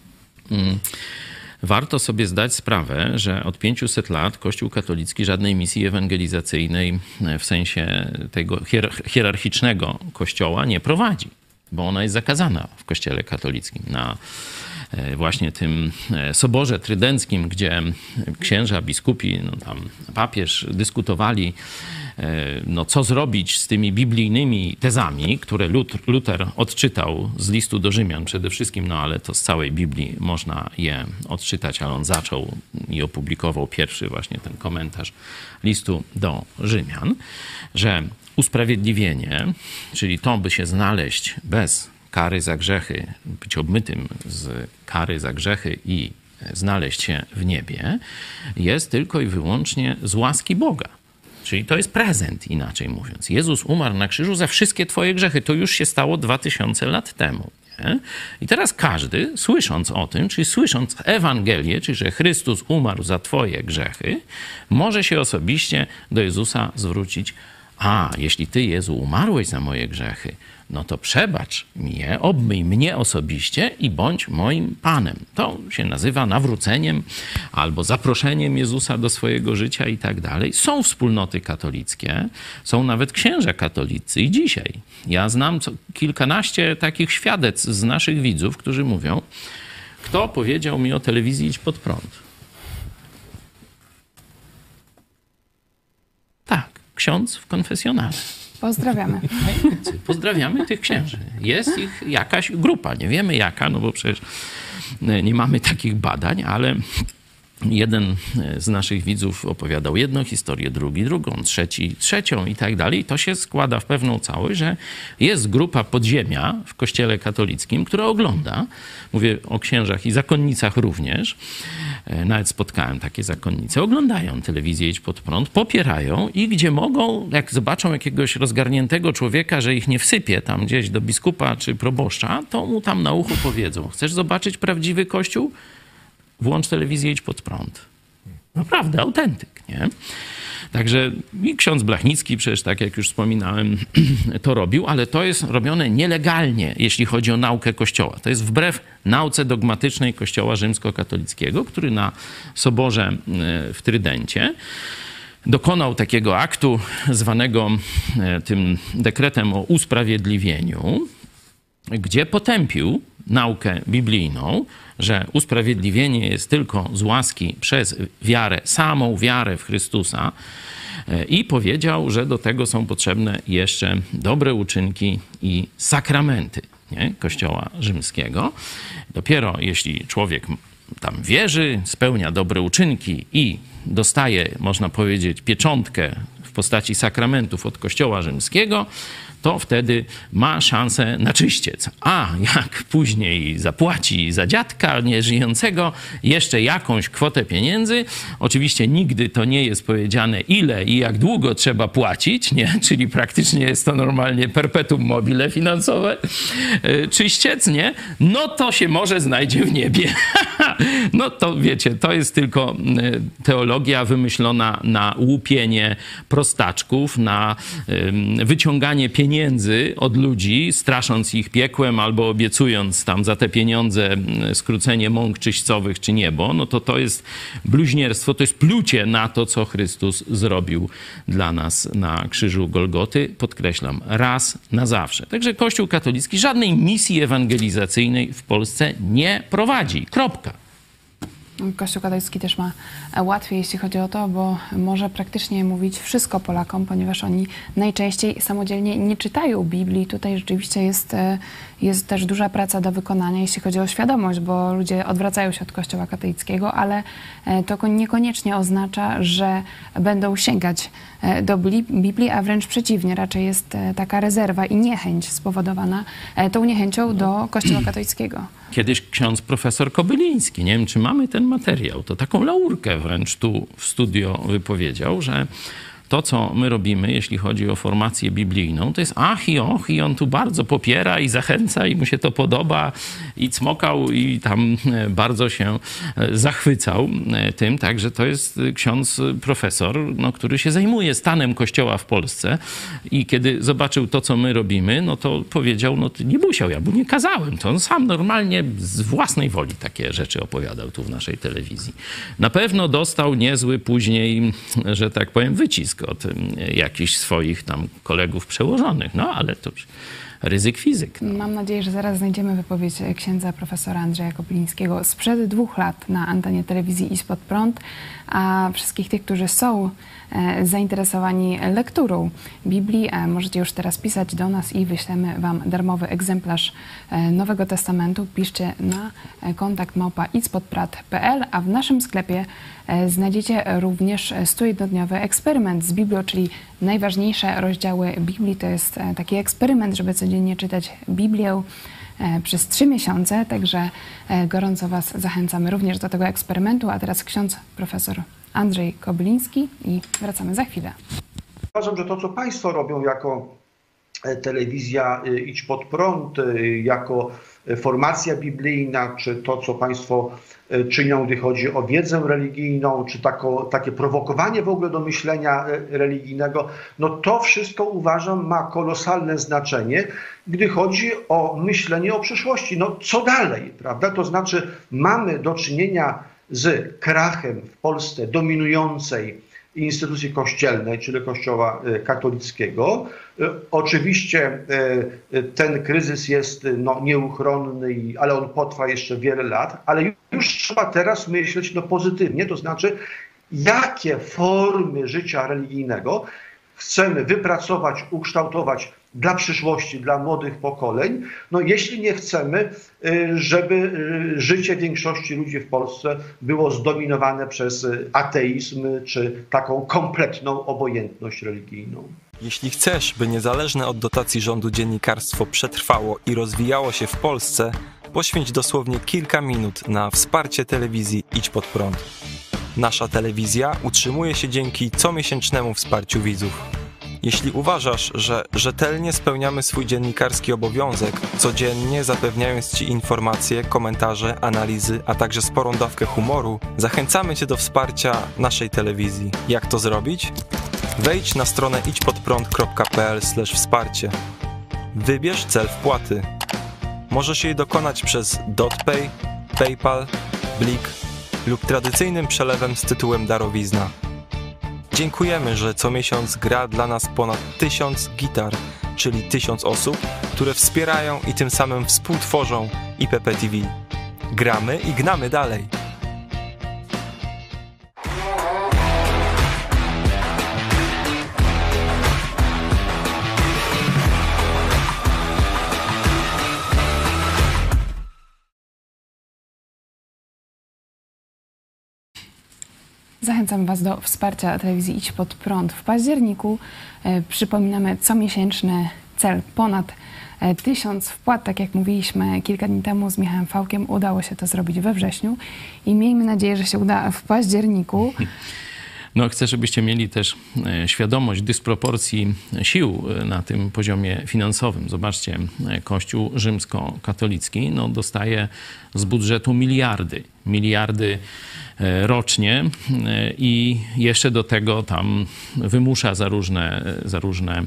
Warto sobie zdać sprawę, że od pięciuset lat Kościół katolicki żadnej misji ewangelizacyjnej w sensie tego hierarchicznego kościoła nie prowadzi, bo ona jest zakazana w Kościele katolickim. Na właśnie tym soborze trydenckim, gdzie księża, biskupi, no tam papież dyskutowali, no co zrobić z tymi biblijnymi tezami, które Luter odczytał z listu do Rzymian przede wszystkim, no ale to z całej Biblii można je odczytać, ale on zaczął i opublikował pierwszy właśnie ten komentarz listu do Rzymian, że usprawiedliwienie, czyli to, by się znaleźć bez kary za grzechy, być obmytym z kary za grzechy i znaleźć się w niebie, jest tylko i wyłącznie z łaski Boga. Czyli to jest prezent, inaczej mówiąc. Jezus umarł na krzyżu za wszystkie twoje grzechy. To już się stało dwa tysiące lat temu. Nie? I teraz każdy, słysząc o tym, czyli słysząc Ewangelię, czyli że Chrystus umarł za twoje grzechy, może się osobiście do Jezusa zwrócić. A, jeśli ty, Jezu, umarłeś za moje grzechy, no to przebacz mi je, obmyj mnie osobiście i bądź moim Panem. To się nazywa nawróceniem albo zaproszeniem Jezusa do swojego życia i tak dalej. Są wspólnoty katolickie, są nawet księża katolicy i dzisiaj. Ja znam co, kilkanaście takich świadectw z naszych widzów, którzy mówią, kto powiedział mi o telewizji Idź Pod Prąd. Tak, ksiądz w konfesjonale. Pozdrawiamy. Pozdrawiamy tych księży. Jest ich jakaś grupa, nie wiemy jaka, no bo przecież nie mamy takich badań, ale jeden z naszych widzów opowiadał jedną historię, drugi drugą, trzeci trzecią i tak dalej. I to się składa w pewną całość, że jest grupa podziemia w Kościele katolickim, która ogląda, mówię o księżach i zakonnicach również, nawet spotkałem takie zakonnice, oglądają telewizję Idź Pod Prąd, popierają i gdzie mogą, jak zobaczą jakiegoś rozgarniętego człowieka, że ich nie wsypie tam gdzieś do biskupa czy proboszcza, to mu tam na uchu powiedzą, chcesz zobaczyć prawdziwy Kościół? Włącz telewizję Idź Pod Prąd. Naprawdę, autentyk, nie? Także i ksiądz Blachnicki przecież, tak jak już wspominałem, to robił, ale to jest robione nielegalnie, jeśli chodzi o naukę Kościoła. To jest wbrew nauce dogmatycznej Kościoła rzymskokatolickiego, który na Soborze w Trydencie dokonał takiego aktu zwanego tym dekretem o usprawiedliwieniu, gdzie potępił naukę biblijną, że usprawiedliwienie jest tylko z łaski przez wiarę, samą wiarę w Chrystusa, i powiedział, że do tego są potrzebne jeszcze dobre uczynki i sakramenty, nie? Kościoła rzymskiego. Dopiero jeśli człowiek tam wierzy, spełnia dobre uczynki i dostaje, można powiedzieć, pieczątkę w postaci sakramentów od Kościoła rzymskiego, to wtedy ma szansę na czyściec. A jak później zapłaci za dziadka nieżyjącego jeszcze jakąś kwotę pieniędzy, oczywiście nigdy to nie jest powiedziane, ile i jak długo trzeba płacić, nie? Czyli praktycznie jest to normalnie perpetuum mobile finansowe, czyściec, nie? No to się może znajdzie w niebie. No to wiecie, to jest tylko teologia wymyślona na łupienie prostaczków, na wyciąganie pieniędzy od ludzi, strasząc ich piekłem albo obiecując tam za te pieniądze skrócenie mąk czyścowych czy niebo. No to to jest bluźnierstwo, to jest plucie na to, co Chrystus zrobił dla nas na krzyżu Golgoty. Podkreślam, raz na zawsze. Także Kościół katolicki żadnej misji ewangelizacyjnej w Polsce nie prowadzi. Kropka. Kościół katolicki też ma łatwiej, jeśli chodzi o to, bo może praktycznie mówić wszystko Polakom, ponieważ oni najczęściej samodzielnie nie czytają Biblii. Tutaj rzeczywiście jest, jest też duża praca do wykonania, jeśli chodzi o świadomość, bo ludzie odwracają się od Kościoła katolickiego, ale to niekoniecznie oznacza, że będą sięgać do Biblii, a wręcz przeciwnie, raczej jest taka rezerwa i niechęć spowodowana tą niechęcią do Kościoła katolickiego. Kiedyś ksiądz profesor Kobyliński, nie wiem, czy mamy ten materiał, to taką laurkę wręcz tu w studio wypowiedział, że to, co my robimy, jeśli chodzi o formację biblijną, to jest ach i och i on tu bardzo popiera i zachęca i mu się to podoba i cmokał i tam bardzo się zachwycał tym. Także to jest ksiądz profesor, no, który się zajmuje stanem Kościoła w Polsce i kiedy zobaczył to, co my robimy, no to powiedział, no ty nie musiał, ja mu nie kazałem. To on sam normalnie z własnej woli takie rzeczy opowiadał tu w naszej telewizji. Na pewno dostał niezły później, że tak powiem, wycisk od jakichś swoich tam kolegów przełożonych. No, ale to ryzyk fizyk. No. Mam nadzieję, że zaraz znajdziemy wypowiedź księdza profesora Andrzeja Kobylińskiego sprzed dwóch lat na antenie telewizji Idź Pod Prąd, a wszystkich tych, którzy są zainteresowani lekturą Biblii, możecie już teraz pisać do nas i wyślemy wam darmowy egzemplarz Nowego Testamentu. Piszcie na kontakt małpa idzpodprat kropka p l, a w naszym sklepie znajdziecie również stujednodniowy eksperyment z Biblią, czyli najważniejsze rozdziały Biblii. To jest taki eksperyment, żeby codziennie czytać Biblię przez trzy miesiące, także gorąco was zachęcamy również do tego eksperymentu. A teraz ksiądz profesor Andrzej Kobyliński i wracamy za chwilę. Uważam, że to, co państwo robią jako telewizja Idź Pod Prąd, jako formacja biblijna, czy to, co państwo czynią, gdy chodzi o wiedzę religijną, czy tako, takie prowokowanie w ogóle do myślenia religijnego, no to wszystko, uważam, ma kolosalne znaczenie, gdy chodzi o myślenie o przyszłości. No co dalej, prawda? To znaczy mamy do czynienia z krachem w Polsce dominującej instytucji kościelnej, czyli Kościoła katolickiego. Oczywiście ten kryzys jest no, nieuchronny, ale on potrwa jeszcze wiele lat, ale już trzeba teraz myśleć no, pozytywnie, to znaczy jakie formy życia religijnego chcemy wypracować, ukształtować dla przyszłości, dla młodych pokoleń, no jeśli nie chcemy, żeby życie większości ludzi w Polsce było zdominowane przez ateizm czy taką kompletną obojętność religijną. Jeśli chcesz, by niezależne od dotacji rządu dziennikarstwo przetrwało i rozwijało się w Polsce, poświęć dosłownie kilka minut na wsparcie telewizji Idź Pod Prąd. Nasza telewizja utrzymuje się dzięki comiesięcznemu wsparciu widzów. Jeśli uważasz, że rzetelnie spełniamy swój dziennikarski obowiązek, codziennie zapewniając Ci informacje, komentarze, analizy, a także sporą dawkę humoru, zachęcamy Cię do wsparcia naszej telewizji. Jak to zrobić? Wejdź na stronę idźpodprąd kropka p l slash wsparcie. Wybierz cel wpłaty. Możesz jej dokonać przez DotPay, PayPal, Blik lub tradycyjnym przelewem z tytułem darowizna. Dziękujemy, że co miesiąc gra dla nas ponad tysiąc gitar, czyli tysiąc osób, które wspierają i tym samym współtworzą I P P T V. Gramy i gnamy dalej. Zachęcam Was do wsparcia telewizji Idź Pod Prąd. W październiku e, przypominamy comiesięczny cel ponad e, tysiąc wpłat. Tak jak mówiliśmy kilka dni temu z Michałem Fałkiem, udało się to zrobić we wrześniu i miejmy nadzieję, że się uda w październiku. No, chcę, żebyście mieli też świadomość dysproporcji sił na tym poziomie finansowym. Zobaczcie, Kościół rzymskokatolicki no, dostaje z budżetu miliardy, miliardy rocznie i jeszcze do tego tam wymusza za różne, za różne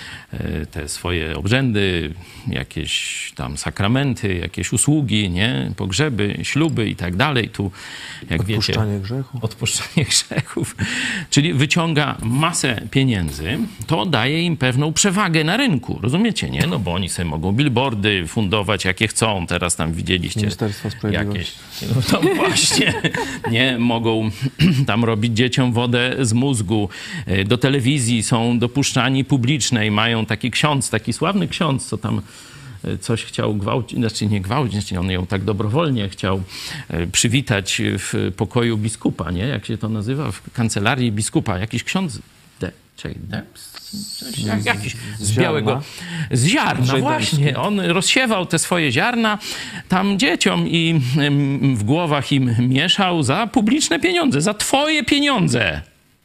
te swoje obrzędy, jakieś tam sakramenty, jakieś usługi, nie? Pogrzeby, śluby i tak dalej. Tu, jak odpuszczanie wiecie, grzechów. Odpuszczanie grzechów. Czyli wyciąga masę pieniędzy, to daje im pewną przewagę na rynku, rozumiecie, nie? No bo oni sobie mogą billboardy fundować, jakie chcą. Teraz tam widzieliście Ministerstwo Sprawiedliwości. jakieś... No to właśnie, nie? Mogą tam robić dzieciom wodę z mózgu. Do telewizji są dopuszczani publicznej, mają taki ksiądz, taki sławny ksiądz, co tam coś chciał gwałcić, znaczy nie gwałcić, on ją tak dobrowolnie chciał przywitać w pokoju biskupa, nie? Jak się to nazywa? W kancelarii biskupa. Jakiś ksiądz, de, czyli de, coś, jak, jakiś z, z białego, z ziarna, właśnie. On rozsiewał te swoje ziarna tam dzieciom i w głowach im mieszał za publiczne pieniądze, za twoje pieniądze.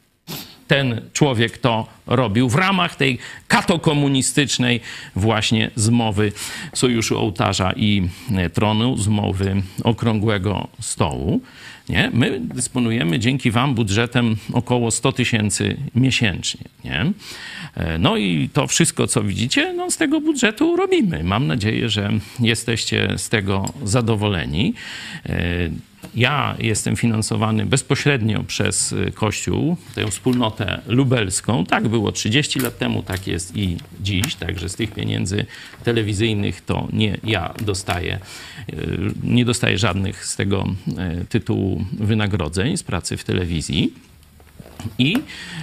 Ten człowiek to robił w ramach tej katokomunistycznej właśnie zmowy Sojuszu Ołtarza i Tronu, zmowy Okrągłego Stołu. Nie? My dysponujemy dzięki wam budżetem około sto tysięcy miesięcznie. Nie? No i to wszystko, co widzicie, no z tego budżetu robimy. Mam nadzieję, że jesteście z tego zadowoleni. Ja jestem finansowany bezpośrednio przez Kościół, tę wspólnotę lubelską. Tak było trzydzieści lat temu, tak jest i dziś. Także z tych pieniędzy telewizyjnych to nie ja dostaję, nie dostaję żadnych z tego tytułu wynagrodzeń z pracy w telewizji. I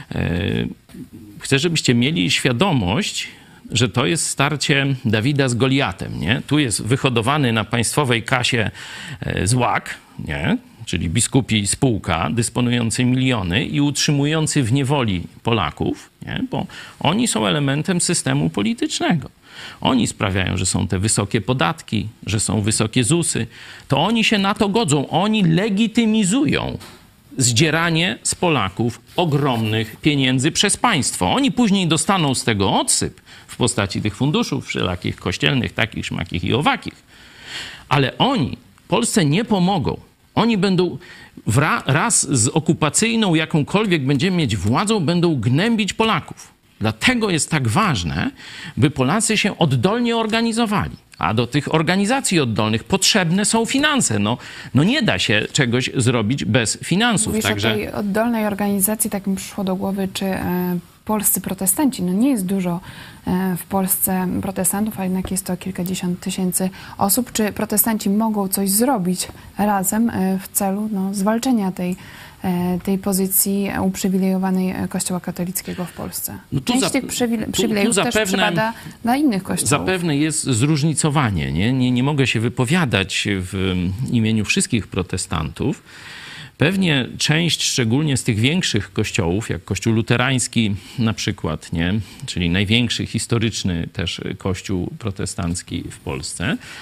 chcę, żebyście mieli świadomość, że to jest starcie Dawida z Goliatem, nie? Tu jest wyhodowany na państwowej kasie złak, nie? Czyli biskupi spółka, dysponujący miliony i utrzymujący w niewoli Polaków, nie? Bo oni są elementem systemu politycznego. Oni sprawiają, że są te wysokie podatki, że są wysokie zusy. To oni się na to godzą, oni legitymizują zdzieranie z Polaków ogromnych pieniędzy przez państwo. Oni później dostaną z tego odsyp w postaci tych funduszów wszelakich kościelnych, takich, szmakich i owakich. Ale oni Polsce nie pomogą. Oni będą wra- raz z okupacyjną, jakąkolwiek będziemy mieć władzą, będą gnębić Polaków. Dlatego jest tak ważne, by Polacy się oddolnie organizowali. A do tych organizacji oddolnych potrzebne są finanse. No, no nie da się czegoś zrobić bez finansów. Mówisz Także... o tej oddolnej organizacji, tak mi przyszło do głowy, czy e, polscy protestanci. No nie jest dużo e, w Polsce protestantów, a jednak jest to kilkadziesiąt tysięcy osób. Czy protestanci mogą coś zrobić razem e, w celu no, zwalczenia tej tej pozycji uprzywilejowanej Kościoła katolickiego w Polsce? No tu Część za, tych przywile- przywilejów tu, tu też zapewne, przypada dla innych kościołów. Zapewne jest zróżnicowanie. Nie? Nie, nie mogę się wypowiadać w imieniu wszystkich protestantów. Pewnie część, szczególnie z tych większych kościołów, jak Kościół luterański na przykład, nie? Czyli największy historyczny też kościół protestancki w Polsce,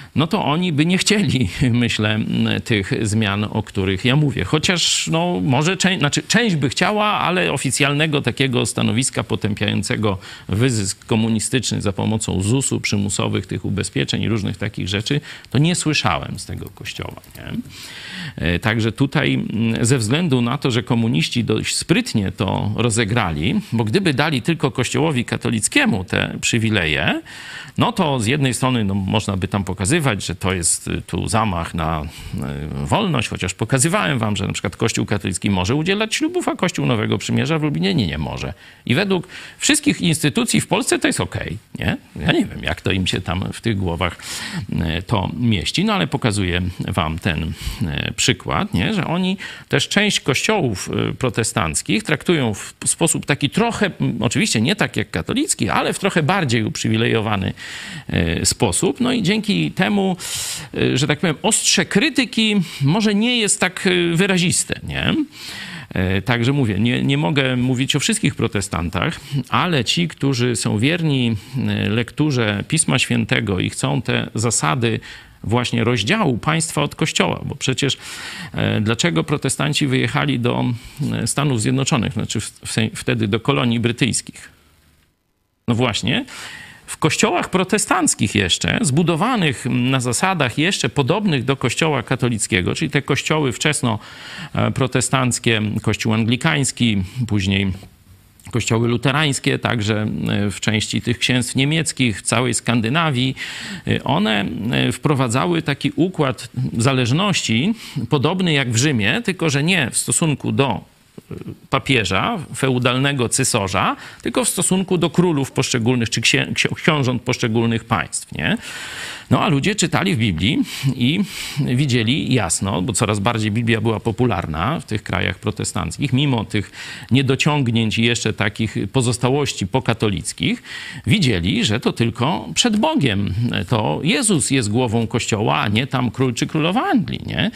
no to oni by nie chcieli, myślę, tych zmian, o których ja mówię. Chociaż no, może część, znaczy część by chciała, ale oficjalnego takiego stanowiska potępiającego wyzysk komunistyczny za pomocą zusu, przymusowych tych ubezpieczeń i różnych takich rzeczy, to nie słyszałem z tego kościoła. Nie? Także tutaj ze względu na to, że komuniści dość sprytnie to rozegrali, bo gdyby dali tylko Kościołowi katolickiemu te przywileje, no to z jednej strony no, można by tam pokazywać, że to jest tu zamach na wolność, chociaż pokazywałem wam, że na przykład Kościół katolicki może udzielać ślubów, a Kościół Nowego Przymierza w Lublinie nie, nie może. I według wszystkich instytucji w Polsce to jest okej, nie? Ja nie wiem, jak to im się tam w tych głowach to mieści, no ale pokazuję wam ten przykład, nie? Że oni też część kościołów protestanckich traktują w sposób taki trochę, oczywiście nie tak jak katolicki, ale w trochę bardziej uprzywilejowany sposób. No i dzięki temu, że tak powiem, ostrze krytyki może nie jest tak wyraziste, nie? Także mówię, nie, nie mogę mówić o wszystkich protestantach, ale ci, którzy są wierni lekturze Pisma Świętego i chcą te zasady właśnie rozdziału państwa od Kościoła, bo przecież e, dlaczego protestanci wyjechali do Stanów Zjednoczonych, znaczy w, w, wtedy do kolonii brytyjskich? No właśnie, w kościołach protestanckich jeszcze, zbudowanych na zasadach jeszcze podobnych do kościoła katolickiego, czyli te kościoły wczesno-protestanckie, kościół anglikański, później kościoły luterańskie, także w części tych księstw niemieckich, w całej Skandynawii, one wprowadzały taki układ zależności podobny jak w Rzymie, tylko że nie w stosunku do papieża, feudalnego cesarza, tylko w stosunku do królów poszczególnych, czy księ, książąt poszczególnych państw, nie? No a ludzie czytali w Biblii i widzieli jasno, bo coraz bardziej Biblia była popularna w tych krajach protestanckich, mimo tych niedociągnięć i jeszcze takich pozostałości pokatolickich, widzieli, że to tylko przed Bogiem. To Jezus jest głową Kościoła, a nie tam król czy królowa Anglii, nie?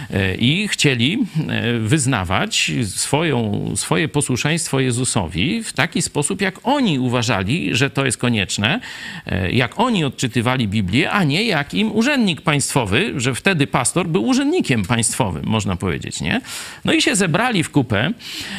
I chcieli wyznawać swoją, swoje posłuszeństwo Jezusowi w taki sposób, jak oni uważali, że to jest konieczne, jak oni odczytywali Biblię, a nie jak im urzędnik państwowy, że wtedy pastor był urzędnikiem państwowym, można powiedzieć, nie? No i się zebrali w kupę,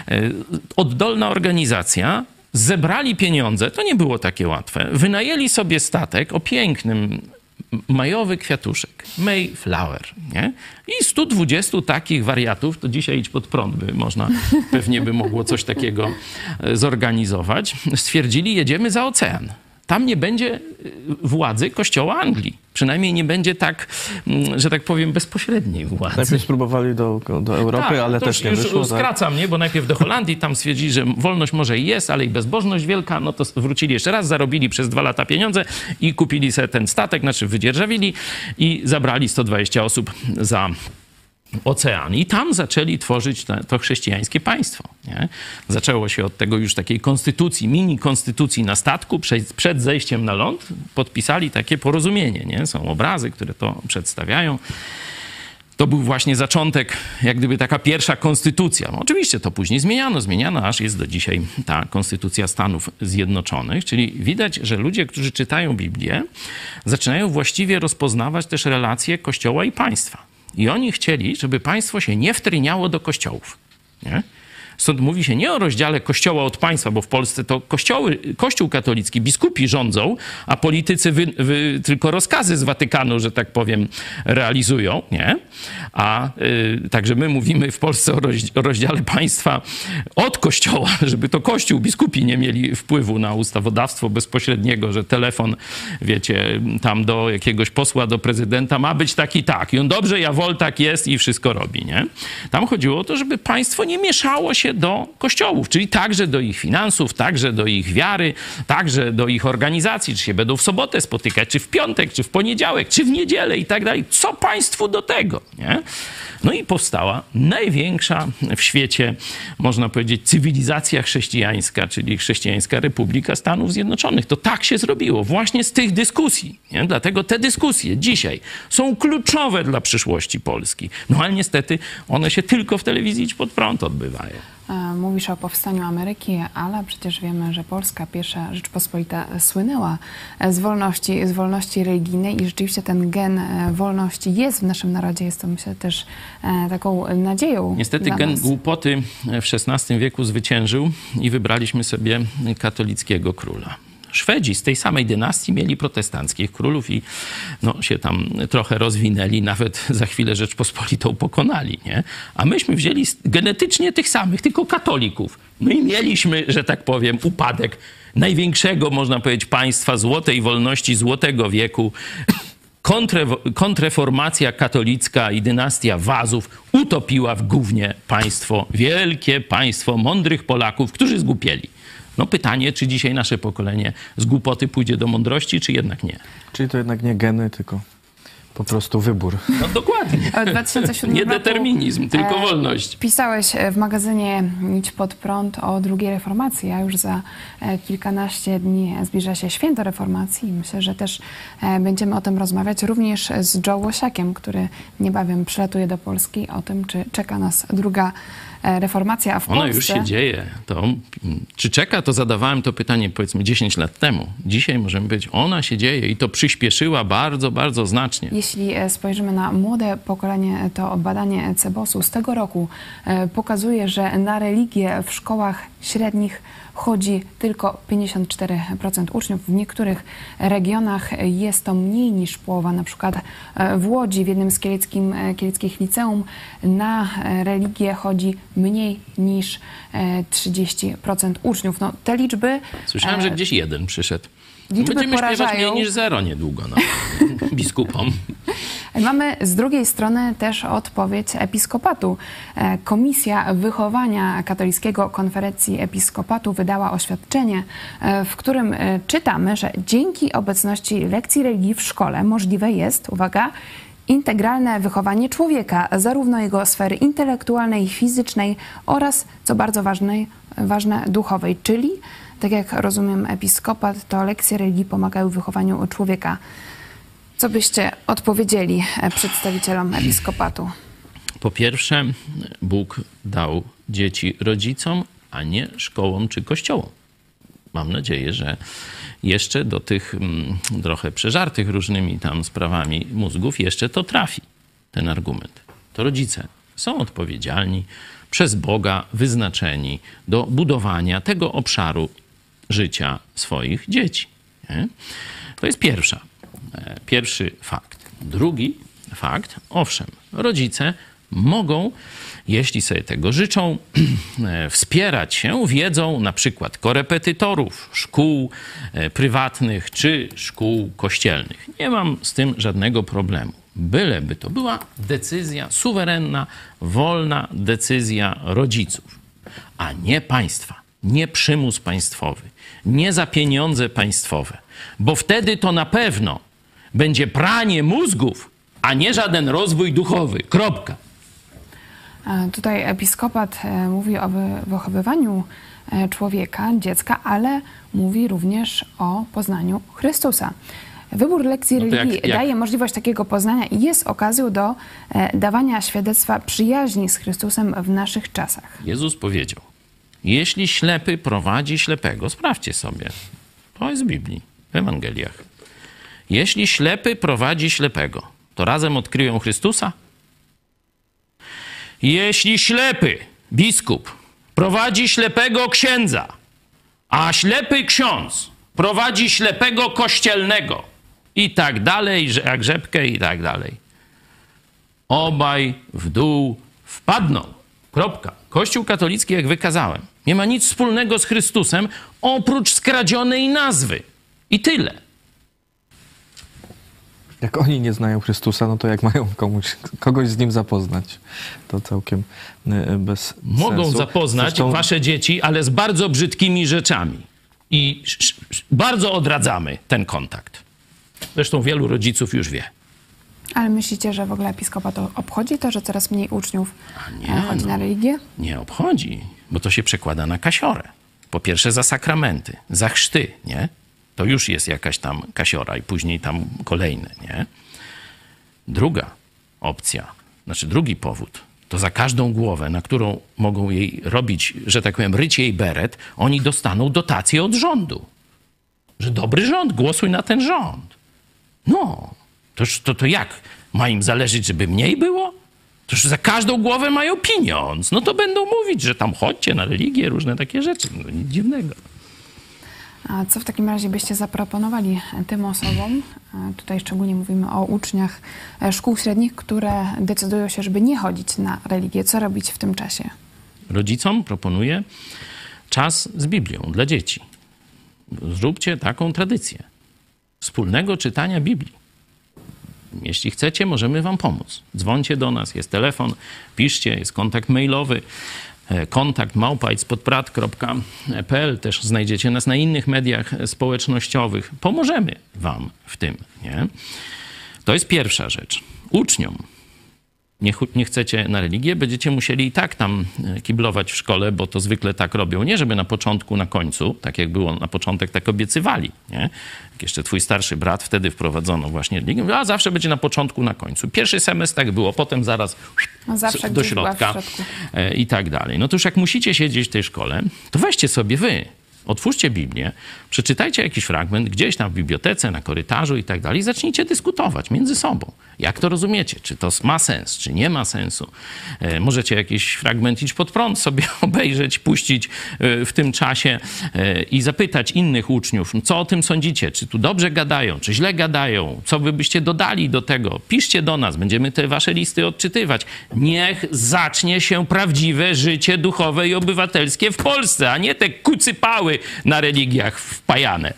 oddolna organizacja, zebrali pieniądze, to nie było takie łatwe, wynajęli sobie statek o pięknym majowy kwiatuszek, Mayflower, nie? I stu dwudziestu takich wariatów, to dzisiaj idź pod prąd, by można, pewnie by mogło coś takiego zorganizować, stwierdzili, jedziemy za ocean. Tam nie będzie władzy Kościoła Anglii. Przynajmniej nie będzie tak, że tak powiem, bezpośredniej władzy. Najpierw spróbowali do, do Europy, tak, ale też nie już wyszło. Skracam, tak? Nie? Bo najpierw do Holandii, tam stwierdzili, że wolność może i jest, ale i bezbożność wielka. No to wrócili jeszcze raz, zarobili przez dwa lata pieniądze i kupili sobie ten statek, znaczy wydzierżawili i zabrali sto dwadzieścia osób za ocean. I tam zaczęli tworzyć to, to chrześcijańskie państwo. Nie? Zaczęło się od tego już takiej konstytucji, mini konstytucji na statku. Przed, przed zejściem na ląd podpisali takie porozumienie. Nie? Są obrazy, które to przedstawiają. To był właśnie zaczątek, jak gdyby taka pierwsza konstytucja. No, oczywiście to później zmieniano, zmieniano, aż jest do dzisiaj ta konstytucja Stanów Zjednoczonych. Czyli widać, że ludzie, którzy czytają Biblię, zaczynają właściwie rozpoznawać też relacje Kościoła i państwa. I oni chcieli, żeby państwo się nie wtryniało do kościołów. Nie? Stąd mówi się nie o rozdziale Kościoła od państwa, bo w Polsce to kościoły, Kościół katolicki, biskupi rządzą, a politycy wy, wy, tylko rozkazy z Watykanu, że tak powiem, realizują. Nie? A y, także my mówimy w Polsce o, roz, o rozdziale państwa od Kościoła, żeby to Kościół, biskupi nie mieli wpływu na ustawodawstwo bezpośredniego, że telefon, wiecie, tam do jakiegoś posła, do prezydenta ma być tak i tak. I on dobrze, ja wol, tak jest i wszystko robi. Nie? Tam chodziło o to, żeby państwo nie mieszało się do kościołów, czyli także do ich finansów, także do ich wiary, także do ich organizacji, czy się będą w sobotę spotykać, czy w piątek, czy w poniedziałek, czy w niedzielę i tak dalej. Co państwu do tego, nie? No i powstała największa w świecie, można powiedzieć, cywilizacja chrześcijańska, czyli Chrześcijańska Republika Stanów Zjednoczonych. To tak się zrobiło, właśnie z tych dyskusji. Nie? Dlatego te dyskusje dzisiaj są kluczowe dla przyszłości Polski. No ale niestety one się tylko w telewizji Idź Pod Prąd odbywają. Mówisz o powstaniu Ameryki, ale przecież wiemy, że Polska, pierwsza Rzeczpospolita, słynęła z wolności, z wolności religijnej i rzeczywiście ten gen wolności jest w naszym narodzie. Jest to, myślę, też taką nadzieją. Niestety gen nas. głupoty w szesnastym wieku zwyciężył i wybraliśmy sobie katolickiego króla. Szwedzi z tej samej dynastii mieli protestanckich królów i no, się tam trochę rozwinęli, nawet za chwilę Rzeczpospolitą pokonali, nie? A myśmy wzięli genetycznie tych samych, tylko katolików. No i mieliśmy, że tak powiem, upadek największego, można powiedzieć, państwa złotej wolności, złotego wieku. Kontre, kontreformacja katolicka i dynastia Wazów utopiła w gównie państwo, wielkie państwo mądrych Polaków, którzy zgłupieli. No pytanie, czy dzisiaj nasze pokolenie z głupoty pójdzie do mądrości, czy jednak nie? Czyli to jednak nie geny, tylko po prostu wybór. No dokładnie. W dwa tysiące siódmym nie roku, determinizm, tylko e, wolność. Pisałeś w magazynie Idź Pod Prąd o drugiej reformacji, a już za e, kilkanaście dni zbliża się święto reformacji i myślę, że też e, będziemy o tym rozmawiać również z Joe Łosiakiem, który niebawem przylatuje do Polski, o tym, czy czeka nas druga reformacja w Polsce. Ona już się dzieje. To, czy czeka, to zadawałem to pytanie powiedzmy dziesięć lat temu. Dzisiaj możemy powiedzieć, ona się dzieje i to przyspieszyła bardzo, bardzo znacznie. Jeśli spojrzymy na młode pokolenie, to badanie Cebosu z tego roku pokazuje, że na religię w szkołach średnich chodzi tylko pięćdziesiąt cztery procent uczniów. W niektórych regionach jest to mniej niż połowa. Na przykład w Łodzi, w jednym z kielickim, kielickich liceum, na religię chodzi mniej niż trzydzieści procent uczniów. No, te liczby... Słyszałem, że gdzieś jeden przyszedł. Liczby Będziemy porażają. śpiewać mniej niż zero niedługo, no. Biskupom. Mamy z drugiej strony też odpowiedź episkopatu. Komisja Wychowania Katolickiego Konferencji Episkopatu wydała oświadczenie, w którym czytamy, że dzięki obecności lekcji religii w szkole możliwe jest, uwaga, integralne wychowanie człowieka, zarówno jego sfery intelektualnej, fizycznej oraz, co bardzo ważne, ważne duchowej, czyli, tak jak rozumiem episkopat, to lekcje religii pomagają w wychowaniu człowieka. Co byście odpowiedzieli przedstawicielom episkopatu? Po pierwsze, Bóg dał dzieci rodzicom, a nie szkołom czy kościołom. Mam nadzieję, że jeszcze do tych mm, trochę przeżartych różnymi tam sprawami mózgów jeszcze to trafi, ten argument. To rodzice są odpowiedzialni, przez Boga wyznaczeni do budowania tego obszaru życia swoich dzieci. Nie? To jest pierwsza, pierwszy fakt. Drugi fakt, owszem, rodzice mogą, jeśli sobie tego życzą, wspierać się wiedzą na przykład korepetytorów szkół prywatnych czy szkół kościelnych. Nie mam z tym żadnego problemu. Byleby to była decyzja suwerenna, wolna decyzja rodziców, a nie państwa, nie przymus państwowy, nie za pieniądze państwowe, bo wtedy to na pewno będzie pranie mózgów, a nie żaden rozwój duchowy. Kropka. Tutaj episkopat mówi o wychowywaniu człowieka, dziecka, ale mówi również o poznaniu Chrystusa. Wybór lekcji No to religii jak- jak- daje możliwość takiego poznania i jest okazją do dawania świadectwa przyjaźni z Chrystusem w naszych czasach. Jezus powiedział, jeśli ślepy prowadzi ślepego, sprawdźcie sobie, to jest w Biblii, w Ewangeliach. Jeśli ślepy prowadzi ślepego, to razem odkryją Chrystusa? Jeśli ślepy biskup prowadzi ślepego księdza, a ślepy ksiądz prowadzi ślepego kościelnego i tak dalej, że- jak rzepkę i tak dalej, obaj w dół wpadną. Kropka. Kościół katolicki, jak wykazałem, nie ma nic wspólnego z Chrystusem oprócz skradzionej nazwy. I tyle. Jak oni nie znają Chrystusa, no to jak mają komuś, kogoś z Nim zapoznać? To całkiem y, bez Mogą sensu. zapoznać Zresztą wasze dzieci, ale z bardzo brzydkimi rzeczami. I sz, sz, bardzo odradzamy ten kontakt. Zresztą wielu rodziców już wie. Ale myślicie, że w ogóle episkopat to obchodzi to, że coraz mniej uczniów nie, e, chodzi no. na religię? Nie obchodzi, bo to się przekłada na kasiorę. Po pierwsze za sakramenty, za chrzty, nie? To już jest jakaś tam kasiora i później tam kolejne, nie? Druga opcja, znaczy drugi powód, to za każdą głowę, na którą mogą jej robić, że tak powiem, ryć jej beret, oni dostaną dotację od rządu. Że dobry rząd, głosuj na ten rząd. No, toż to, to jak? Ma im zależeć, żeby mniej było? Toż za każdą głowę mają pieniądz. No to będą mówić, że tam chodźcie na religię, różne takie rzeczy. No nic dziwnego. A co w takim razie byście zaproponowali tym osobom? Tutaj szczególnie mówimy o uczniach szkół średnich, które decydują się, żeby nie chodzić na religię. Co robić w tym czasie? Rodzicom proponuję czas z Biblią dla dzieci. Zróbcie taką tradycję wspólnego czytania Biblii. Jeśli chcecie, możemy wam pomóc. Dzwońcie do nas, jest telefon, piszcie, jest kontakt mailowy. Kontakt małpa idźpodprad kropka p l. Też znajdziecie nas na innych mediach społecznościowych. Pomożemy wam w tym, nie? To jest pierwsza rzecz. Uczniom. Nie, nie chcecie na religię, będziecie musieli i tak tam kiblować w szkole, bo to zwykle tak robią. Nie, żeby na początku, na końcu, tak jak było na początek, tak obiecywali, nie? Jak jeszcze twój starszy brat, wtedy wprowadzono właśnie religię, a zawsze będzie na początku, na końcu. Pierwszy semestr tak było, potem zaraz no zawsze do środka i tak dalej. No to już jak musicie siedzieć w tej szkole, to weźcie sobie wy, otwórzcie Biblię, przeczytajcie jakiś fragment gdzieś tam w bibliotece, na korytarzu i tak dalej i zacznijcie dyskutować między sobą. Jak to rozumiecie? Czy to ma sens, czy nie ma sensu? E, możecie jakiś fragment Idź Pod Prąd sobie obejrzeć, puścić e, w tym czasie e, i zapytać innych uczniów, co o tym sądzicie? Czy tu dobrze gadają, czy źle gadają? Co wy byście dodali do tego? Piszcie do nas, będziemy te wasze listy odczytywać. Niech zacznie się prawdziwe życie duchowe i obywatelskie w Polsce, a nie te kucypały na religiach wpajane.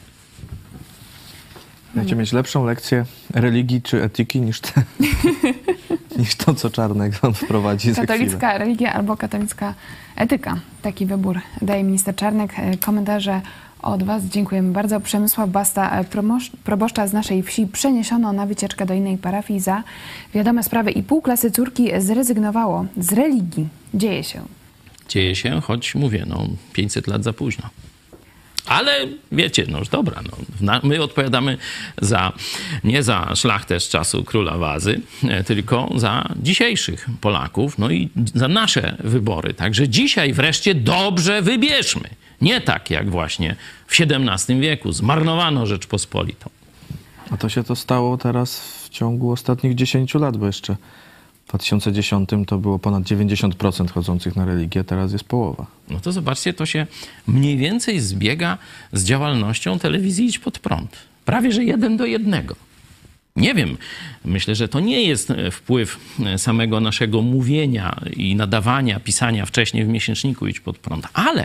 Chcecie mieć lepszą lekcję religii czy etyki niż, te, niż to, co Czarnek wam wprowadzi za Katolicka chwilę. religia albo katolicka etyka. Taki wybór daje minister Czarnek. Komentarze od was dziękujemy bardzo. Przemysław Basta, proboszcza z naszej wsi, przeniesiono na wycieczkę do innej parafii za wiadome sprawy i pół klasy córki zrezygnowało z religii. Dzieje się. Dzieje się, choć mówię, no pięćset lat za późno. Ale wiecie, no już dobra, no, my odpowiadamy za, nie za szlachtę z czasu króla Wazy, tylko za dzisiejszych Polaków, no i za nasze wybory. Także dzisiaj wreszcie dobrze wybierzmy. Nie tak jak właśnie w siedemnastym wieku zmarnowano Rzeczpospolitą. A to się to stało teraz w ciągu ostatnich dziesięciu lat, bo jeszcze w dwa tysiące dziesiątym to było ponad dziewięćdziesiąt procent chodzących na religię, teraz jest połowa. No to zobaczcie, to się mniej więcej zbiega z działalnością telewizji Idź Pod Prąd. Prawie, że jeden do jednego. Nie wiem, myślę, że to nie jest wpływ samego naszego mówienia i nadawania, pisania wcześniej w miesięczniku Idź Pod Prąd, ale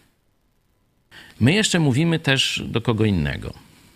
my jeszcze mówimy też do kogo innego.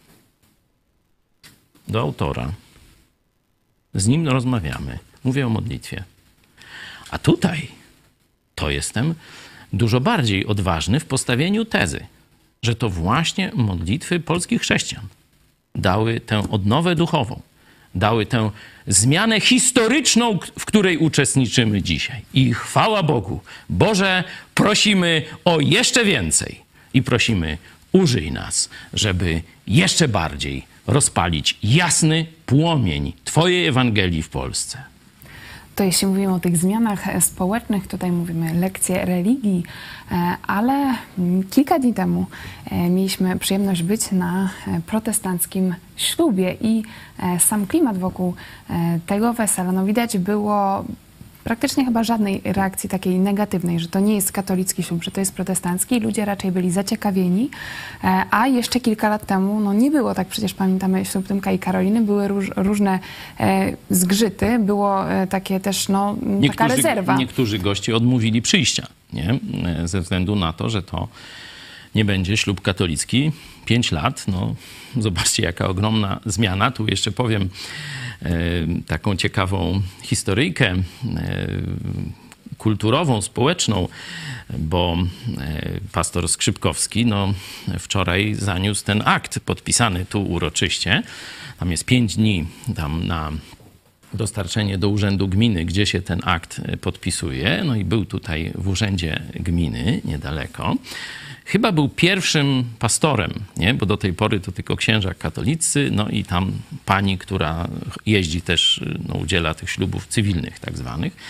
Do autora. Z nim rozmawiamy. Mówię o modlitwie. A tutaj to jestem dużo bardziej odważny w postawieniu tezy, że to właśnie modlitwy polskich chrześcijan dały tę odnowę duchową, dały tę zmianę historyczną, w której uczestniczymy dzisiaj. I chwała Bogu. Boże, prosimy o jeszcze więcej i prosimy, użyj nas, żeby jeszcze bardziej rozpalić jasny płomień Twojej Ewangelii w Polsce. To jeśli mówimy o tych zmianach społecznych, tutaj mówimy lekcje religii, ale kilka dni temu mieliśmy przyjemność być na protestanckim ślubie i sam klimat wokół tego wesela, no widać było praktycznie chyba żadnej reakcji takiej negatywnej, że to nie jest katolicki ślub, że to jest protestancki. Ludzie raczej byli zaciekawieni, a jeszcze kilka lat temu no nie było tak, przecież pamiętamy ślub Tymka i Karoliny, były róż, różne e, zgrzyty, było e, takie też, no, niektórzy, taka rezerwa. Niektórzy goście odmówili przyjścia, nie? Ze względu na to, że to nie będzie ślub katolicki. Pięć lat, no zobaczcie jaka ogromna zmiana. Tu jeszcze powiem e, taką ciekawą historyjkę e, kulturową, społeczną, bo e, pastor Skrzypkowski no, wczoraj zaniósł ten akt podpisany tu uroczyście. Tam jest pięć dni tam na dostarczenie do urzędu gminy, gdzie się ten akt podpisuje. No i był tutaj w urzędzie gminy niedaleko. Chyba był pierwszym pastorem, nie? Bo do tej pory to tylko księża katolicy, no i tam pani, która jeździ też, no, udziela tych ślubów cywilnych tak zwanych.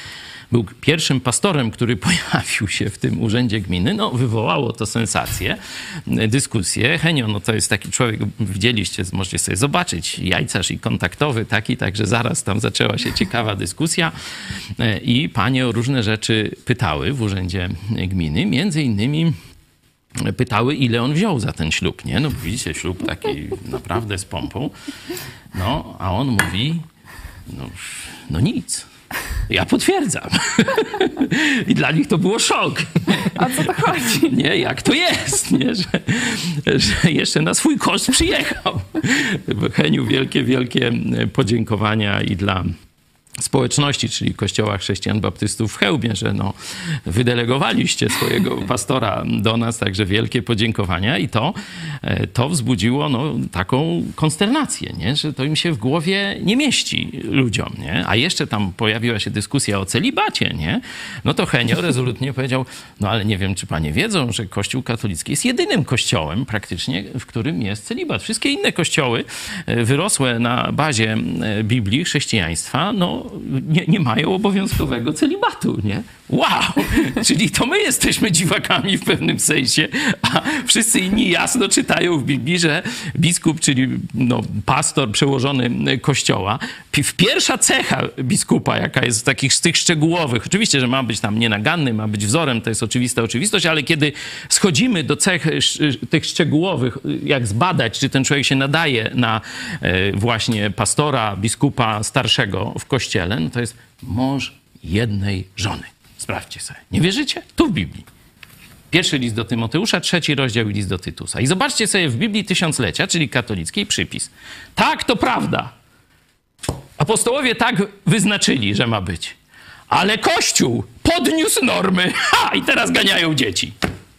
był pierwszym pastorem, który pojawił się w tym urzędzie gminy. No, wywołało to sensację, dyskusję. Henio, no to jest taki człowiek, widzieliście, możecie sobie zobaczyć, jajcarz i kontaktowy taki, także zaraz tam zaczęła się ciekawa dyskusja i panie o różne rzeczy pytały w urzędzie gminy, między innymi pytały, ile on wziął za ten ślub, nie? No widzicie, ślub taki naprawdę z pompą. No, a on mówi, no, no nic. Ja potwierdzam. I dla nich to było szok. O co to chodzi? Nie, jak to jest, nie? Że, że jeszcze na swój koszt przyjechał. Heniu, wielkie, wielkie podziękowania i dla społeczności, czyli Kościoła Chrześcijan Baptystów w Chełmie, że no, wydelegowaliście swojego pastora do nas, także wielkie podziękowania i to, to wzbudziło no, taką konsternację, nie? Że to im się w głowie nie mieści ludziom, nie? A jeszcze tam pojawiła się dyskusja o celibacie, nie? No to Henio rezolutnie powiedział, no ale nie wiem, czy panie wiedzą, że Kościół katolicki jest jedynym kościołem praktycznie, w którym jest celibat. Wszystkie inne kościoły wyrosłe na bazie Biblii, chrześcijaństwa, no nie, nie mają obowiązkowego celibatu, nie? Wow! Czyli to my jesteśmy dziwakami w pewnym sensie, a wszyscy inni jasno czytają w Biblii, że biskup, czyli no, pastor przełożony kościoła, pierwsza cecha biskupa, jaka jest z takich z tych szczegółowych, oczywiście, że ma być tam nienaganny, ma być wzorem, to jest oczywista oczywistość, ale kiedy schodzimy do cech tych szczegółowych, jak zbadać, czy ten człowiek się nadaje na właśnie pastora, biskupa starszego w kościele, no to jest mąż jednej żony. Sprawdźcie sobie. Nie wierzycie? Tu w Biblii. Pierwszy list do Tymoteusza, trzeci rozdział i list do Tytusa. I zobaczcie sobie w Biblii Tysiąclecia, czyli katolickiej, przypis. Tak, to prawda. Apostołowie tak wyznaczyli, że ma być. Ale Kościół podniósł normy. Ha! I teraz ganiają dzieci.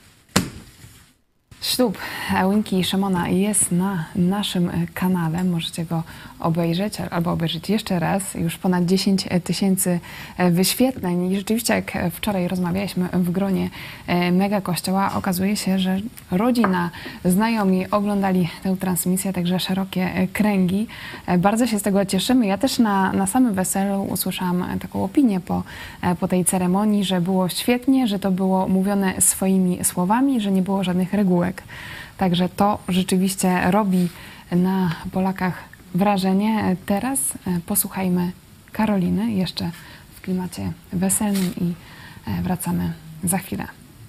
Ślub Łynki i Szymona jest na naszym kanale. Możecie go obejrzeć albo obejrzeć jeszcze raz. Już ponad dziesięć tysięcy wyświetleń. I rzeczywiście, jak wczoraj rozmawialiśmy w gronie Mega Kościoła, okazuje się, że rodzina, znajomi oglądali tę transmisję, także szerokie kręgi. Bardzo się z tego cieszymy. Ja też na, na samym weselu usłyszałam taką opinię po, po tej ceremonii, że było świetnie, że to było mówione swoimi słowami, że nie było żadnych regułek. Także to rzeczywiście robi na Polakach wrażenie. Teraz posłuchajmy Karoliny jeszcze w klimacie weselnym i wracamy za chwilę.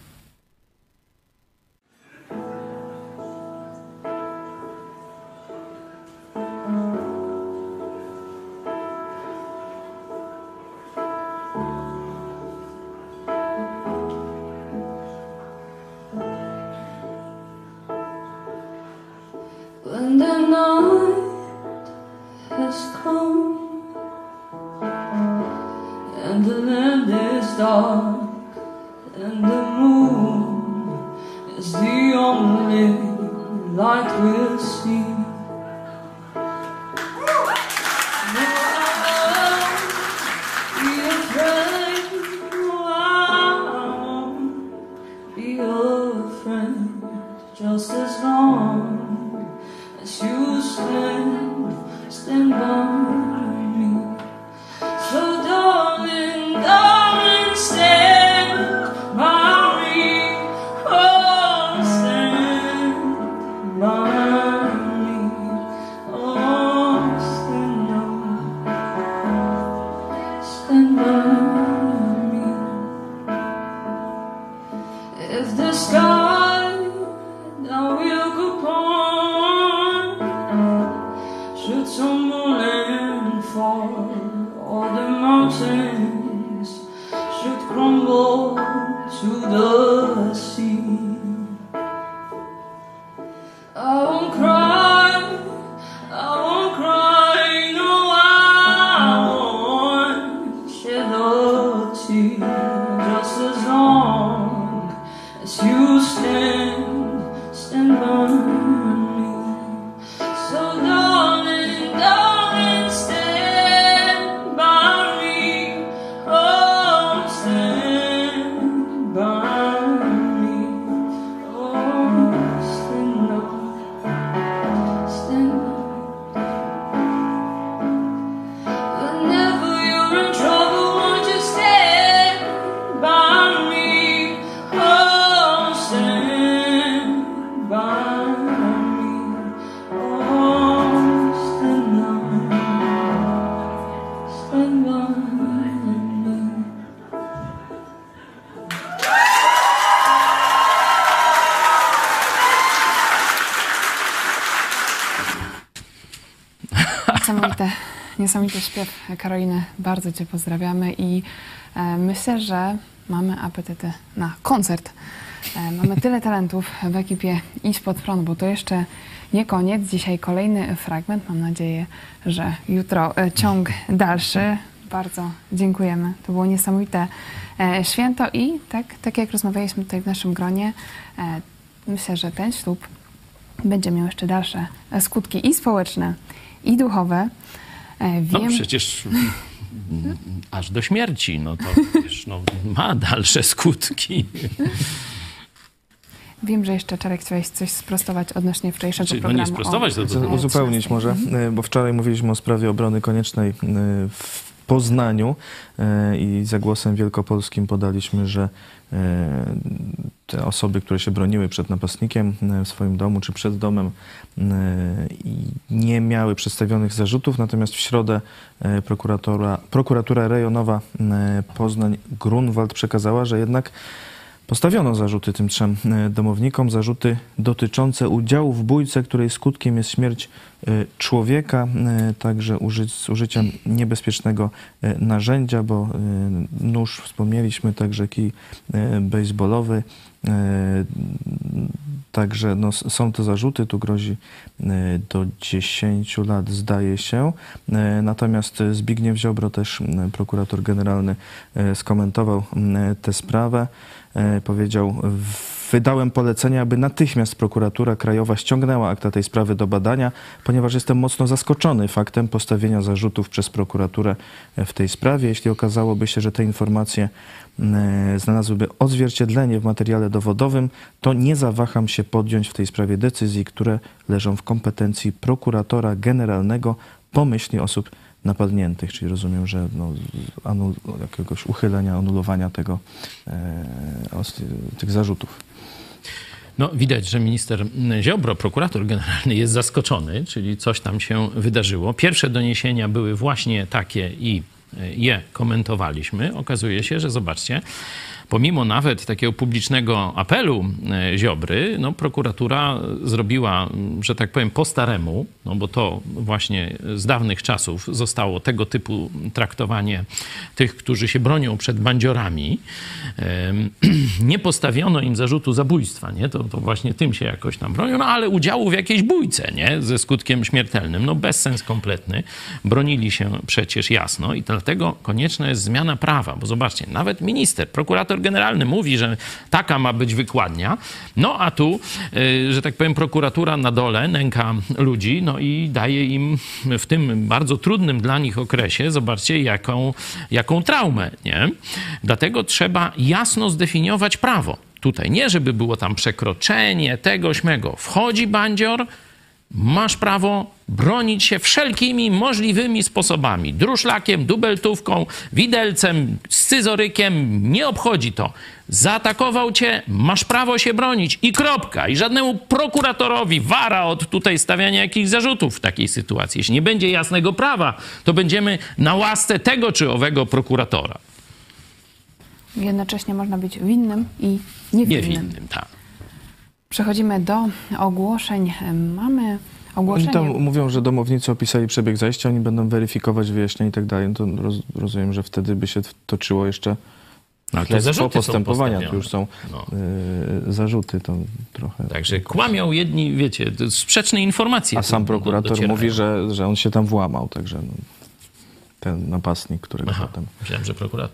When the night has come and the land is dark and the moon is the only light we'll see. Be afraid, I won't be a friend just as long as you stand, stand by me. So darling, darling, stand by me. Oh, stand by me. Oh, stand by, stand by me. If the sky that we'll go upon should tumble and fall, or the mountains should crumble to the sea, I won't cry, I won't cry, no, I won't shed a tear, just as long as you stand, stand by me. So darling, darling, stand by me. Oh, stand by Niesamowite, niesamowity śpiew Karoliny. Bardzo Cię pozdrawiamy i e, myślę, że mamy apetyty na koncert. E, mamy tyle talentów w ekipie Idź Pod Prąd, bo to jeszcze nie koniec. Dzisiaj kolejny fragment. Mam nadzieję, że jutro e, ciąg dalszy. Bardzo dziękujemy. To było niesamowite e, święto i tak, tak jak rozmawialiśmy tutaj w naszym gronie, e, myślę, że ten ślub będzie miał jeszcze dalsze skutki i społeczne, i duchowe. E, wiem... No przecież aż do śmierci, no to wiesz, no, ma dalsze skutki. Wiem, że jeszcze, Czarek, chciałeś coś sprostować odnośnie wczorajszego Czyli, programu. no nie sprostować, to, to, Chcę uzupełnić może, bo wczoraj mówiliśmy o sprawie obrony koniecznej w Poznaniu i za Głosem Wielkopolskim podaliśmy, że te osoby, które się broniły przed napastnikiem w swoim domu czy przed domem, nie miały przedstawionych zarzutów, natomiast w środę prokuratura, prokuratura rejonowa Poznań-Grunwald przekazała, że jednak postawiono zarzuty tym trzem domownikom, zarzuty dotyczące udziału w bójce, której skutkiem jest śmierć człowieka, także z użyciem niebezpiecznego narzędzia, bo nóż wspomnieliśmy, także kij bejsbolowy. Także no, są to zarzuty, tu grozi do dziesięciu lat, zdaje się. Natomiast Zbigniew Ziobro, też prokurator generalny, skomentował tę sprawę. Powiedział: wydałem polecenie, aby natychmiast prokuratura krajowa ściągnęła akta tej sprawy do badania, ponieważ jestem mocno zaskoczony faktem postawienia zarzutów przez prokuraturę w tej sprawie. Jeśli okazałoby się, że te informacje znalazłyby odzwierciedlenie w materiale dowodowym, to nie zawaham się podjąć w tej sprawie decyzji, które leżą w kompetencji prokuratora generalnego po myśli osób napadniętych, czyli rozumiem, że no, anul, jakiegoś uchylenia, anulowania tego, e, tych zarzutów. No, widać, że minister Ziobro, prokurator generalny, jest zaskoczony, czyli coś tam się wydarzyło. Pierwsze doniesienia były właśnie takie i je komentowaliśmy. Okazuje się, że zobaczcie, pomimo nawet takiego publicznego apelu Ziobry, no, prokuratura zrobiła, że tak powiem, po staremu, no bo to właśnie z dawnych czasów zostało tego typu traktowanie tych, którzy się bronią przed bandziorami. Nie postawiono im zarzutu zabójstwa, nie? To, to właśnie tym się jakoś tam bronią, no ale udziału w jakiejś bójce, nie? Ze skutkiem śmiertelnym. No bezsens kompletny. Bronili się przecież jasno i dlatego konieczna jest zmiana prawa, bo zobaczcie, nawet minister, prokurator generalny mówi, że taka ma być wykładnia, no a tu, że tak powiem, prokuratura na dole nęka ludzi, no i daje im w tym bardzo trudnym dla nich okresie, zobaczcie, jaką, jaką traumę, nie? Dlatego trzeba jasno zdefiniować prawo. Tutaj nie, żeby było tam przekroczenie tego, śmego. Wchodzi bandzior, masz prawo bronić się wszelkimi możliwymi sposobami. Druszlakiem, dubeltówką, widelcem, scyzorykiem. Nie obchodzi to. Zaatakował cię, masz prawo się bronić i kropka. I żadnemu prokuratorowi wara od tutaj stawiania jakichś zarzutów w takiej sytuacji. Jeśli nie będzie jasnego prawa, to będziemy na łasce tego czy owego prokuratora. Jednocześnie można być winnym i niewinnym. Niewinnym, tak. Przechodzimy do ogłoszeń. Mamy ogłoszenie. Oni tam mówią, że domownicy opisali przebieg zajścia, oni będą weryfikować wyjaśnienia i tak dalej. To roz, rozumiem, że wtedy by się toczyło jeszcze no, to zarzuty postępowania. są tu już są no. y, zarzuty. To trochę... Także kłamią jedni, wiecie, sprzeczne informacje. A sam prokurator docierają. mówi, że, że on się tam włamał, także no, ten napastnik, którego Aha, potem... myślałem, że prokurator.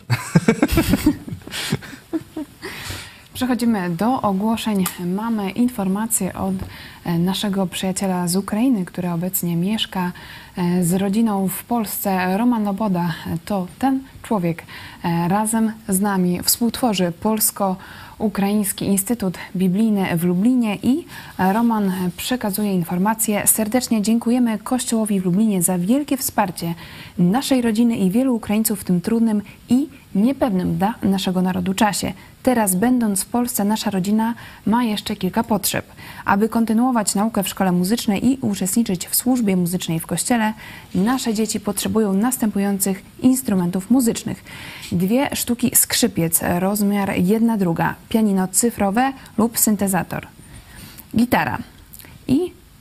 Przechodzimy do ogłoszeń. Mamy informację od naszego przyjaciela z Ukrainy, który obecnie mieszka z rodziną w Polsce. Roman Loboda to ten człowiek. Razem z nami współtworzy Polsko-Ukraiński Instytut Biblijny w Lublinie i Roman przekazuje informację. Serdecznie dziękujemy Kościołowi w Lublinie za wielkie wsparcie naszej rodziny i wielu Ukraińców w tym trudnym i niepewnym dla naszego narodu czasie. Teraz, będąc w Polsce, nasza rodzina ma jeszcze kilka potrzeb. Aby kontynuować naukę w szkole muzycznej i uczestniczyć w służbie muzycznej w kościele, nasze dzieci potrzebują następujących instrumentów muzycznych. Dwie sztuki skrzypiec, rozmiar jedna druga, pianino cyfrowe lub syntezator, gitara i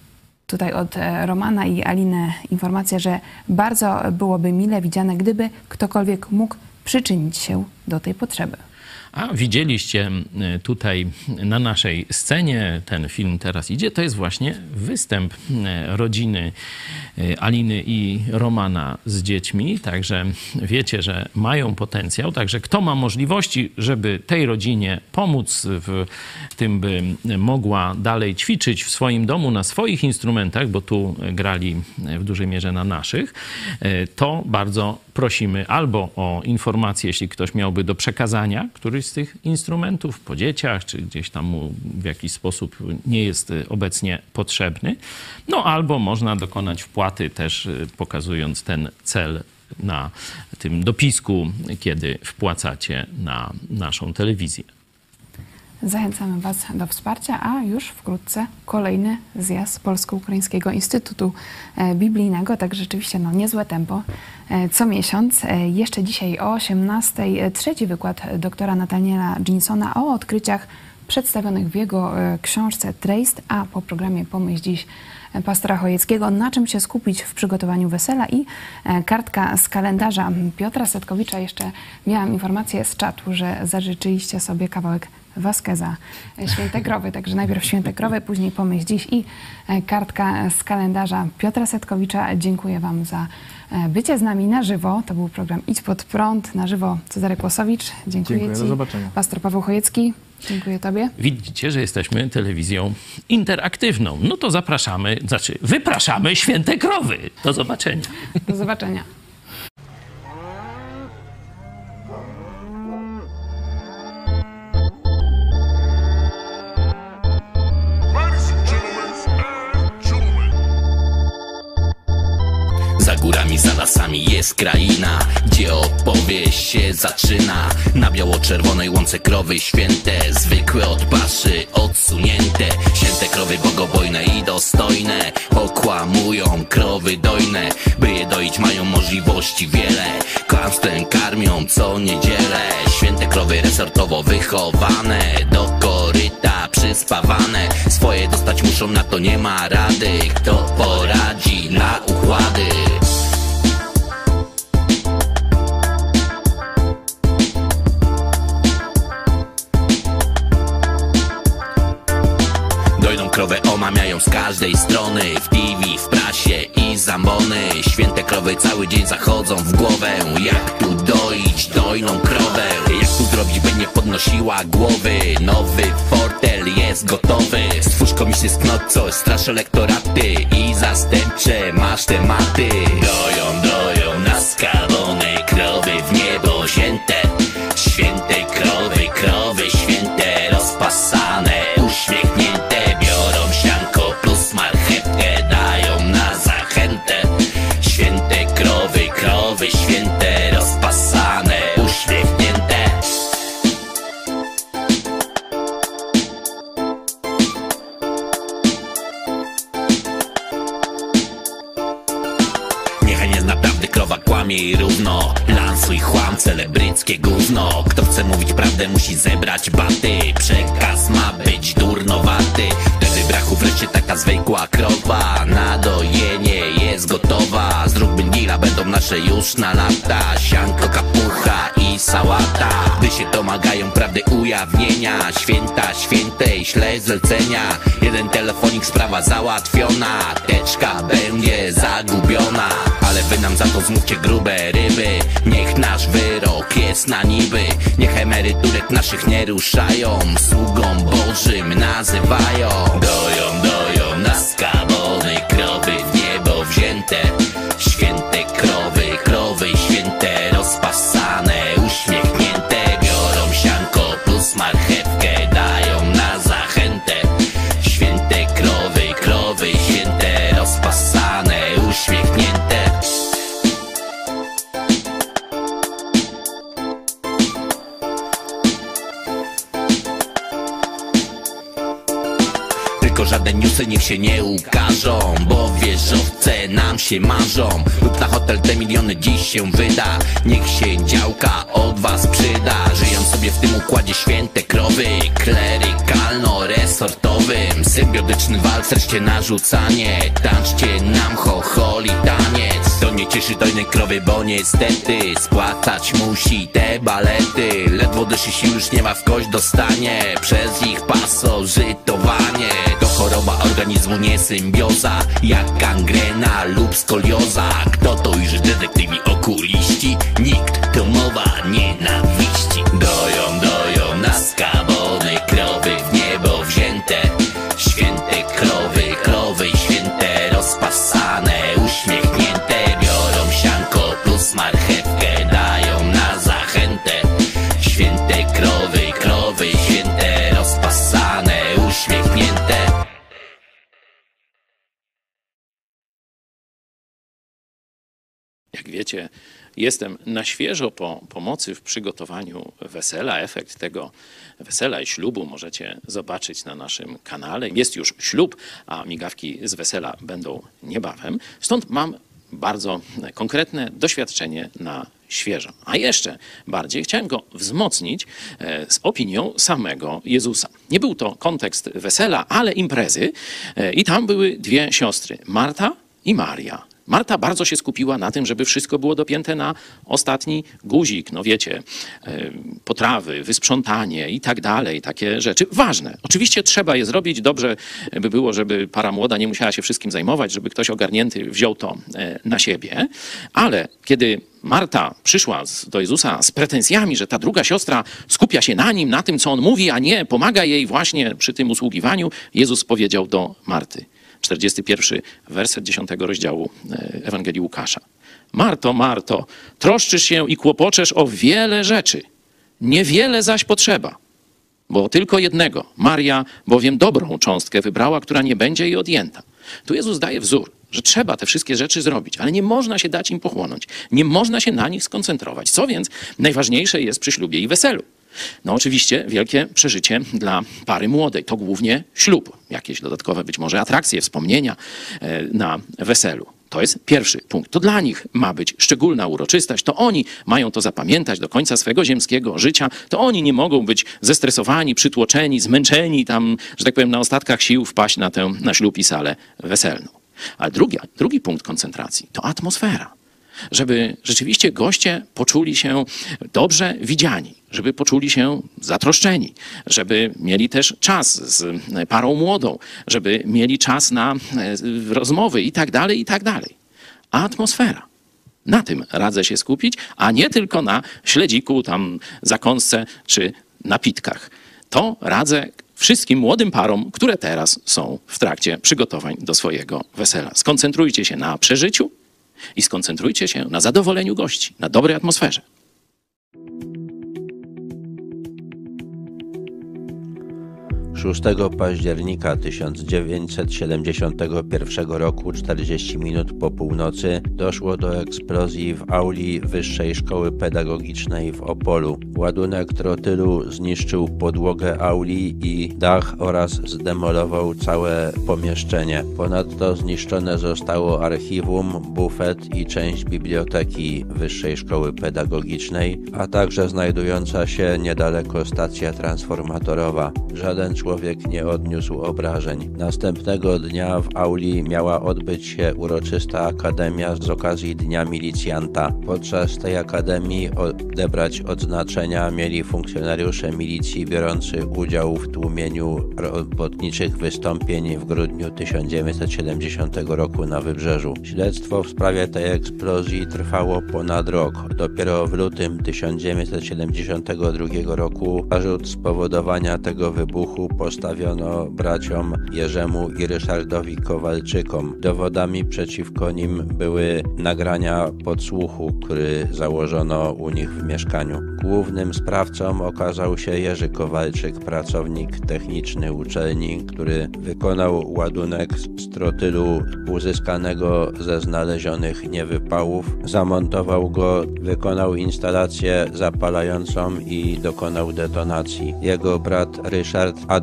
tutaj od e, Romana i Aliny informacja, że bardzo byłoby mile widziane, gdyby ktokolwiek mógł przyczynić się do tej potrzeby. A widzieliście tutaj na naszej scenie, ten film teraz idzie, to jest właśnie występ rodziny Aliny i Romana z dziećmi, także wiecie, że mają potencjał, także kto ma możliwości, żeby tej rodzinie pomóc w tym, by mogła dalej ćwiczyć w swoim domu na swoich instrumentach, bo tu grali w dużej mierze na naszych, to bardzo prosimy albo o informację, jeśli ktoś miałby do przekazania któryś z tych instrumentów po dzieciach, czy gdzieś tam mu w jakiś sposób nie jest obecnie potrzebny, no albo można dokonać wpłaty też pokazując ten cel na tym dopisku, kiedy wpłacacie na naszą telewizję. Zachęcamy Was do wsparcia, a już wkrótce kolejny zjazd Polsko-Ukraińskiego Instytutu Biblijnego. Tak rzeczywiście no, niezłe tempo co miesiąc. Jeszcze dzisiaj o osiemnastej trzeci wykład doktora Nathaniela Ginsona o odkryciach przedstawionych w jego książce Traced, a po programie Pomyśl dziś pastora Chojeckiego, na czym się skupić w przygotowaniu wesela i kartka z kalendarza Piotra Setkowicza. Jeszcze miałam informację z czatu, że zażyczyliście sobie kawałek Vasqueza, Święte Krowy. Także najpierw Święte Krowy, później Pomyśl dziś i kartka z kalendarza Piotra Setkowicza. Dziękuję Wam za bycie z nami na żywo. To był program Idź Pod Prąd. Na żywo Cezary Kłosowicz. Dziękuję, Dziękuję, Ci. do zobaczenia. Pastor Paweł Chojecki. Dziękuję Tobie. Widzicie, że jesteśmy telewizją interaktywną. No to zapraszamy, znaczy wypraszamy Święte Krowy. Do zobaczenia. Do zobaczenia. Za górami, za lasami jest kraina, gdzie opowieść się zaczyna. Na biało-czerwonej łące krowy święte, zwykłe od paszy odsunięte. Święte krowy bogobojne i dostojne, okłamują krowy dojne. By je doić mają możliwości wiele, kłamstwem karmią co niedzielę. Święte krowy resortowo wychowane, do koryta przyspawane. Swoje dostać muszą, na to nie ma rady. Kto poradzi na układy? Dojną krowę omamiają z każdej strony, w T V, w prasie i zambony. Święte krowy cały dzień zachodzą w głowę. Jak tu doić dojną krowę? Jak tu zrobić, by nie podnosiła głowy? Nowy fortel jest gotowy. Stwórz komisję z knot, coś strasz elektoraty i zastępcze masz tematy. Doją, doją naskawone krowy w niebo wzięte. Święte krowy, krowy święte rozpasane, uśmiechnięte. Biorą sianko plus marchewkę, dają na zachętę. Święte krowy, krowy święte rozpasane, uśmiechnięte. Niechaj jest naprawdę krowa, kłamie i równo. Lansuj chłam, celebryckie gówno. Kto chce mówić prawdę, musi zebrać baty. Przekaz ma być durnowaty. Wtedy brachu wreszcie taka zwykła krowa. Na dojenie jest gotowa. Zróbmy deala, będą nasze już na lata. Sianko, kapucha i sałata. Gdy się domagają prawdy ujawnienia, święta świętej śle zlecenia. Jeden telefonik, sprawa załatwiona. Teczka będzie zagubiona. Ale wy nam za to zmówcie grube ryby. Niech nasz wyrok jest na niby. Niech emeryturek naszych nie ruszają. Sługą Bożym nazywają. Doją, doją naskawone krowy w niebo wzięte. Święte krowy, krowy święte rozpasane, uśmiechnięte. Biorą sianko plus marchewkę, dają na zachętę. Święte krowy, krowy święte rozpasane, uśmiechnięte. Tylko żadne newsy niech się nie ukażą, bo wieżowce nam się marzą. Lub na hotel te miliony dziś się wyda. Niech się działka od was przyda. Żyją sobie w tym układzie święte krowy, klerykalno-resortowym. Symbiotyczny walc, wreszcie narzucanie. Tańczcie nam chocholi taniec. To nie cieszy dojnej krowy, bo niestety spłacać musi te balety. Ledwo dyszy sił już nie ma, w kość dostanie przez ich pasożytowanie. To choroba organizmu, nie symbioza, jak gangrena lub skolioza. Kto to już detektywi okuliści? Nikt, to mowa nienawiści. Doją, doją nas kabony, krowy w niebo wzięte. Święte krowy, krowy święte, rozpasane, uśmiechnięte. Biorą sianko plus marchewkę, dają na zachętę. Święte krowy, krowy święte, rozpasane, uśmiechnięte. Jak wiecie, jestem na świeżo po pomocy w przygotowaniu wesela. Efekt tego wesela i ślubu możecie zobaczyć na naszym kanale. Jest już ślub, a migawki z wesela będą niebawem. Stąd mam bardzo konkretne doświadczenie na świeżo. A jeszcze bardziej chciałem go wzmocnić z opinią samego Jezusa. Nie był to kontekst wesela, ale imprezy i tam były dwie siostry, Marta i Maria. Marta bardzo się skupiła na tym, żeby wszystko było dopięte na ostatni guzik. No wiecie, potrawy, wysprzątanie i tak dalej, takie rzeczy ważne. Oczywiście trzeba je zrobić. Dobrze by było, żeby para młoda nie musiała się wszystkim zajmować, żeby ktoś ogarnięty wziął to na siebie. Ale kiedy Marta przyszła do Jezusa z pretensjami, że ta druga siostra skupia się na nim, na tym, co on mówi, a nie pomaga jej właśnie przy tym usługiwaniu, Jezus powiedział do Marty, czterdziesty pierwszy werset dziesiątego rozdziału Ewangelii Łukasza. Marto, Marto, troszczysz się i kłopoczesz o wiele rzeczy, niewiele zaś potrzeba, bo tylko jednego. Maria bowiem dobrą cząstkę wybrała, która nie będzie jej odjęta. Tu Jezus daje wzór, że trzeba te wszystkie rzeczy zrobić, ale nie można się dać im pochłonąć, nie można się na nich skoncentrować. Co więc najważniejsze jest przy ślubie i weselu? No oczywiście wielkie przeżycie dla pary młodej. To głównie ślub. Jakieś dodatkowe być może atrakcje, wspomnienia na weselu. To jest pierwszy punkt. To dla nich ma być szczególna uroczystość. To oni mają to zapamiętać do końca swego ziemskiego życia. To oni nie mogą być zestresowani, przytłoczeni, zmęczeni, tam, że tak powiem, na ostatkach sił wpaść na tę, na ślub i salę weselną. A drugi, drugi punkt koncentracji to atmosfera. Żeby rzeczywiście goście poczuli się dobrze widziani, żeby poczuli się zatroszczeni, żeby mieli też czas z parą młodą, żeby mieli czas na rozmowy i tak dalej, i tak dalej. A atmosfera. Na tym radzę się skupić, a nie tylko na śledziku, tam zakąsce czy napitkach. To radzę wszystkim młodym parom, które teraz są w trakcie przygotowań do swojego wesela. Skoncentrujcie się na przeżyciu i skoncentrujcie się na zadowoleniu gości, na dobrej atmosferze. szóstego października tysiąc dziewięćset siedemdziesiątego pierwszego roku, czterdzieści minut po północy, doszło do eksplozji w auli Wyższej Szkoły Pedagogicznej w Opolu. Ładunek trotylu zniszczył podłogę auli i dach oraz zdemolował całe pomieszczenie. Ponadto zniszczone zostało archiwum, bufet i część biblioteki Wyższej Szkoły Pedagogicznej, a także znajdująca się niedaleko stacja transformatorowa. Żaden człowiek nie odniósł obrażeń. Następnego dnia w auli miała odbyć się uroczysta akademia z okazji Dnia Milicjanta. Podczas tej akademii odebrać odznaczenia mieli funkcjonariusze milicji biorący udział w tłumieniu robotniczych wystąpień w grudniu tysiąc dziewięćset siedemdziesiątego roku na Wybrzeżu. Śledztwo w sprawie tej eksplozji trwało ponad rok. Dopiero w lutym tysiąc dziewięćset siedemdziesiątego drugiego roku zarzut spowodowania tego wybuchu postawiono braciom Jerzemu i Ryszardowi Kowalczykom. Dowodami przeciwko nim były nagrania podsłuchu, który założono u nich w mieszkaniu. Głównym sprawcą okazał się Jerzy Kowalczyk, pracownik techniczny uczelni, który wykonał ładunek z trotylu uzyskanego ze znalezionych niewypałów, zamontował go, wykonał instalację zapalającą i dokonał detonacji. Jego brat Ryszard Ad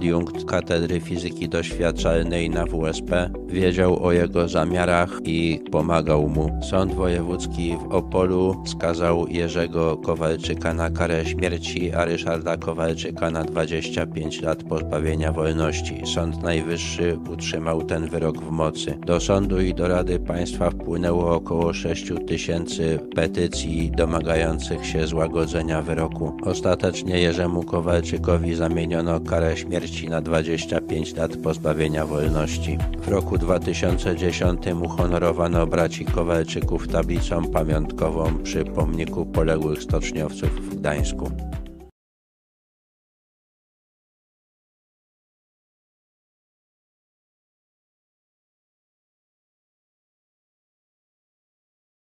adiunkt Katedry Fizyki Doświadczalnej na W S P, wiedział o jego zamiarach i pomagał mu. Sąd Wojewódzki w Opolu skazał Jerzego Kowalczyka na karę śmierci, a Ryszarda Kowalczyka na dwadzieścia pięć lat pozbawienia wolności. Sąd Najwyższy utrzymał ten wyrok w mocy. Do sądu i do Rady Państwa wpłynęło około sześć tysięcy petycji domagających się złagodzenia wyroku. Ostatecznie Jerzemu Kowalczykowi zamieniono karę śmierci na dwadzieścia pięć lat pozbawienia wolności. W roku dwa tysiące dziesiątym uhonorowano braci Kowalczyków tablicą pamiątkową przy pomniku poległych stoczniowców w Gdańsku.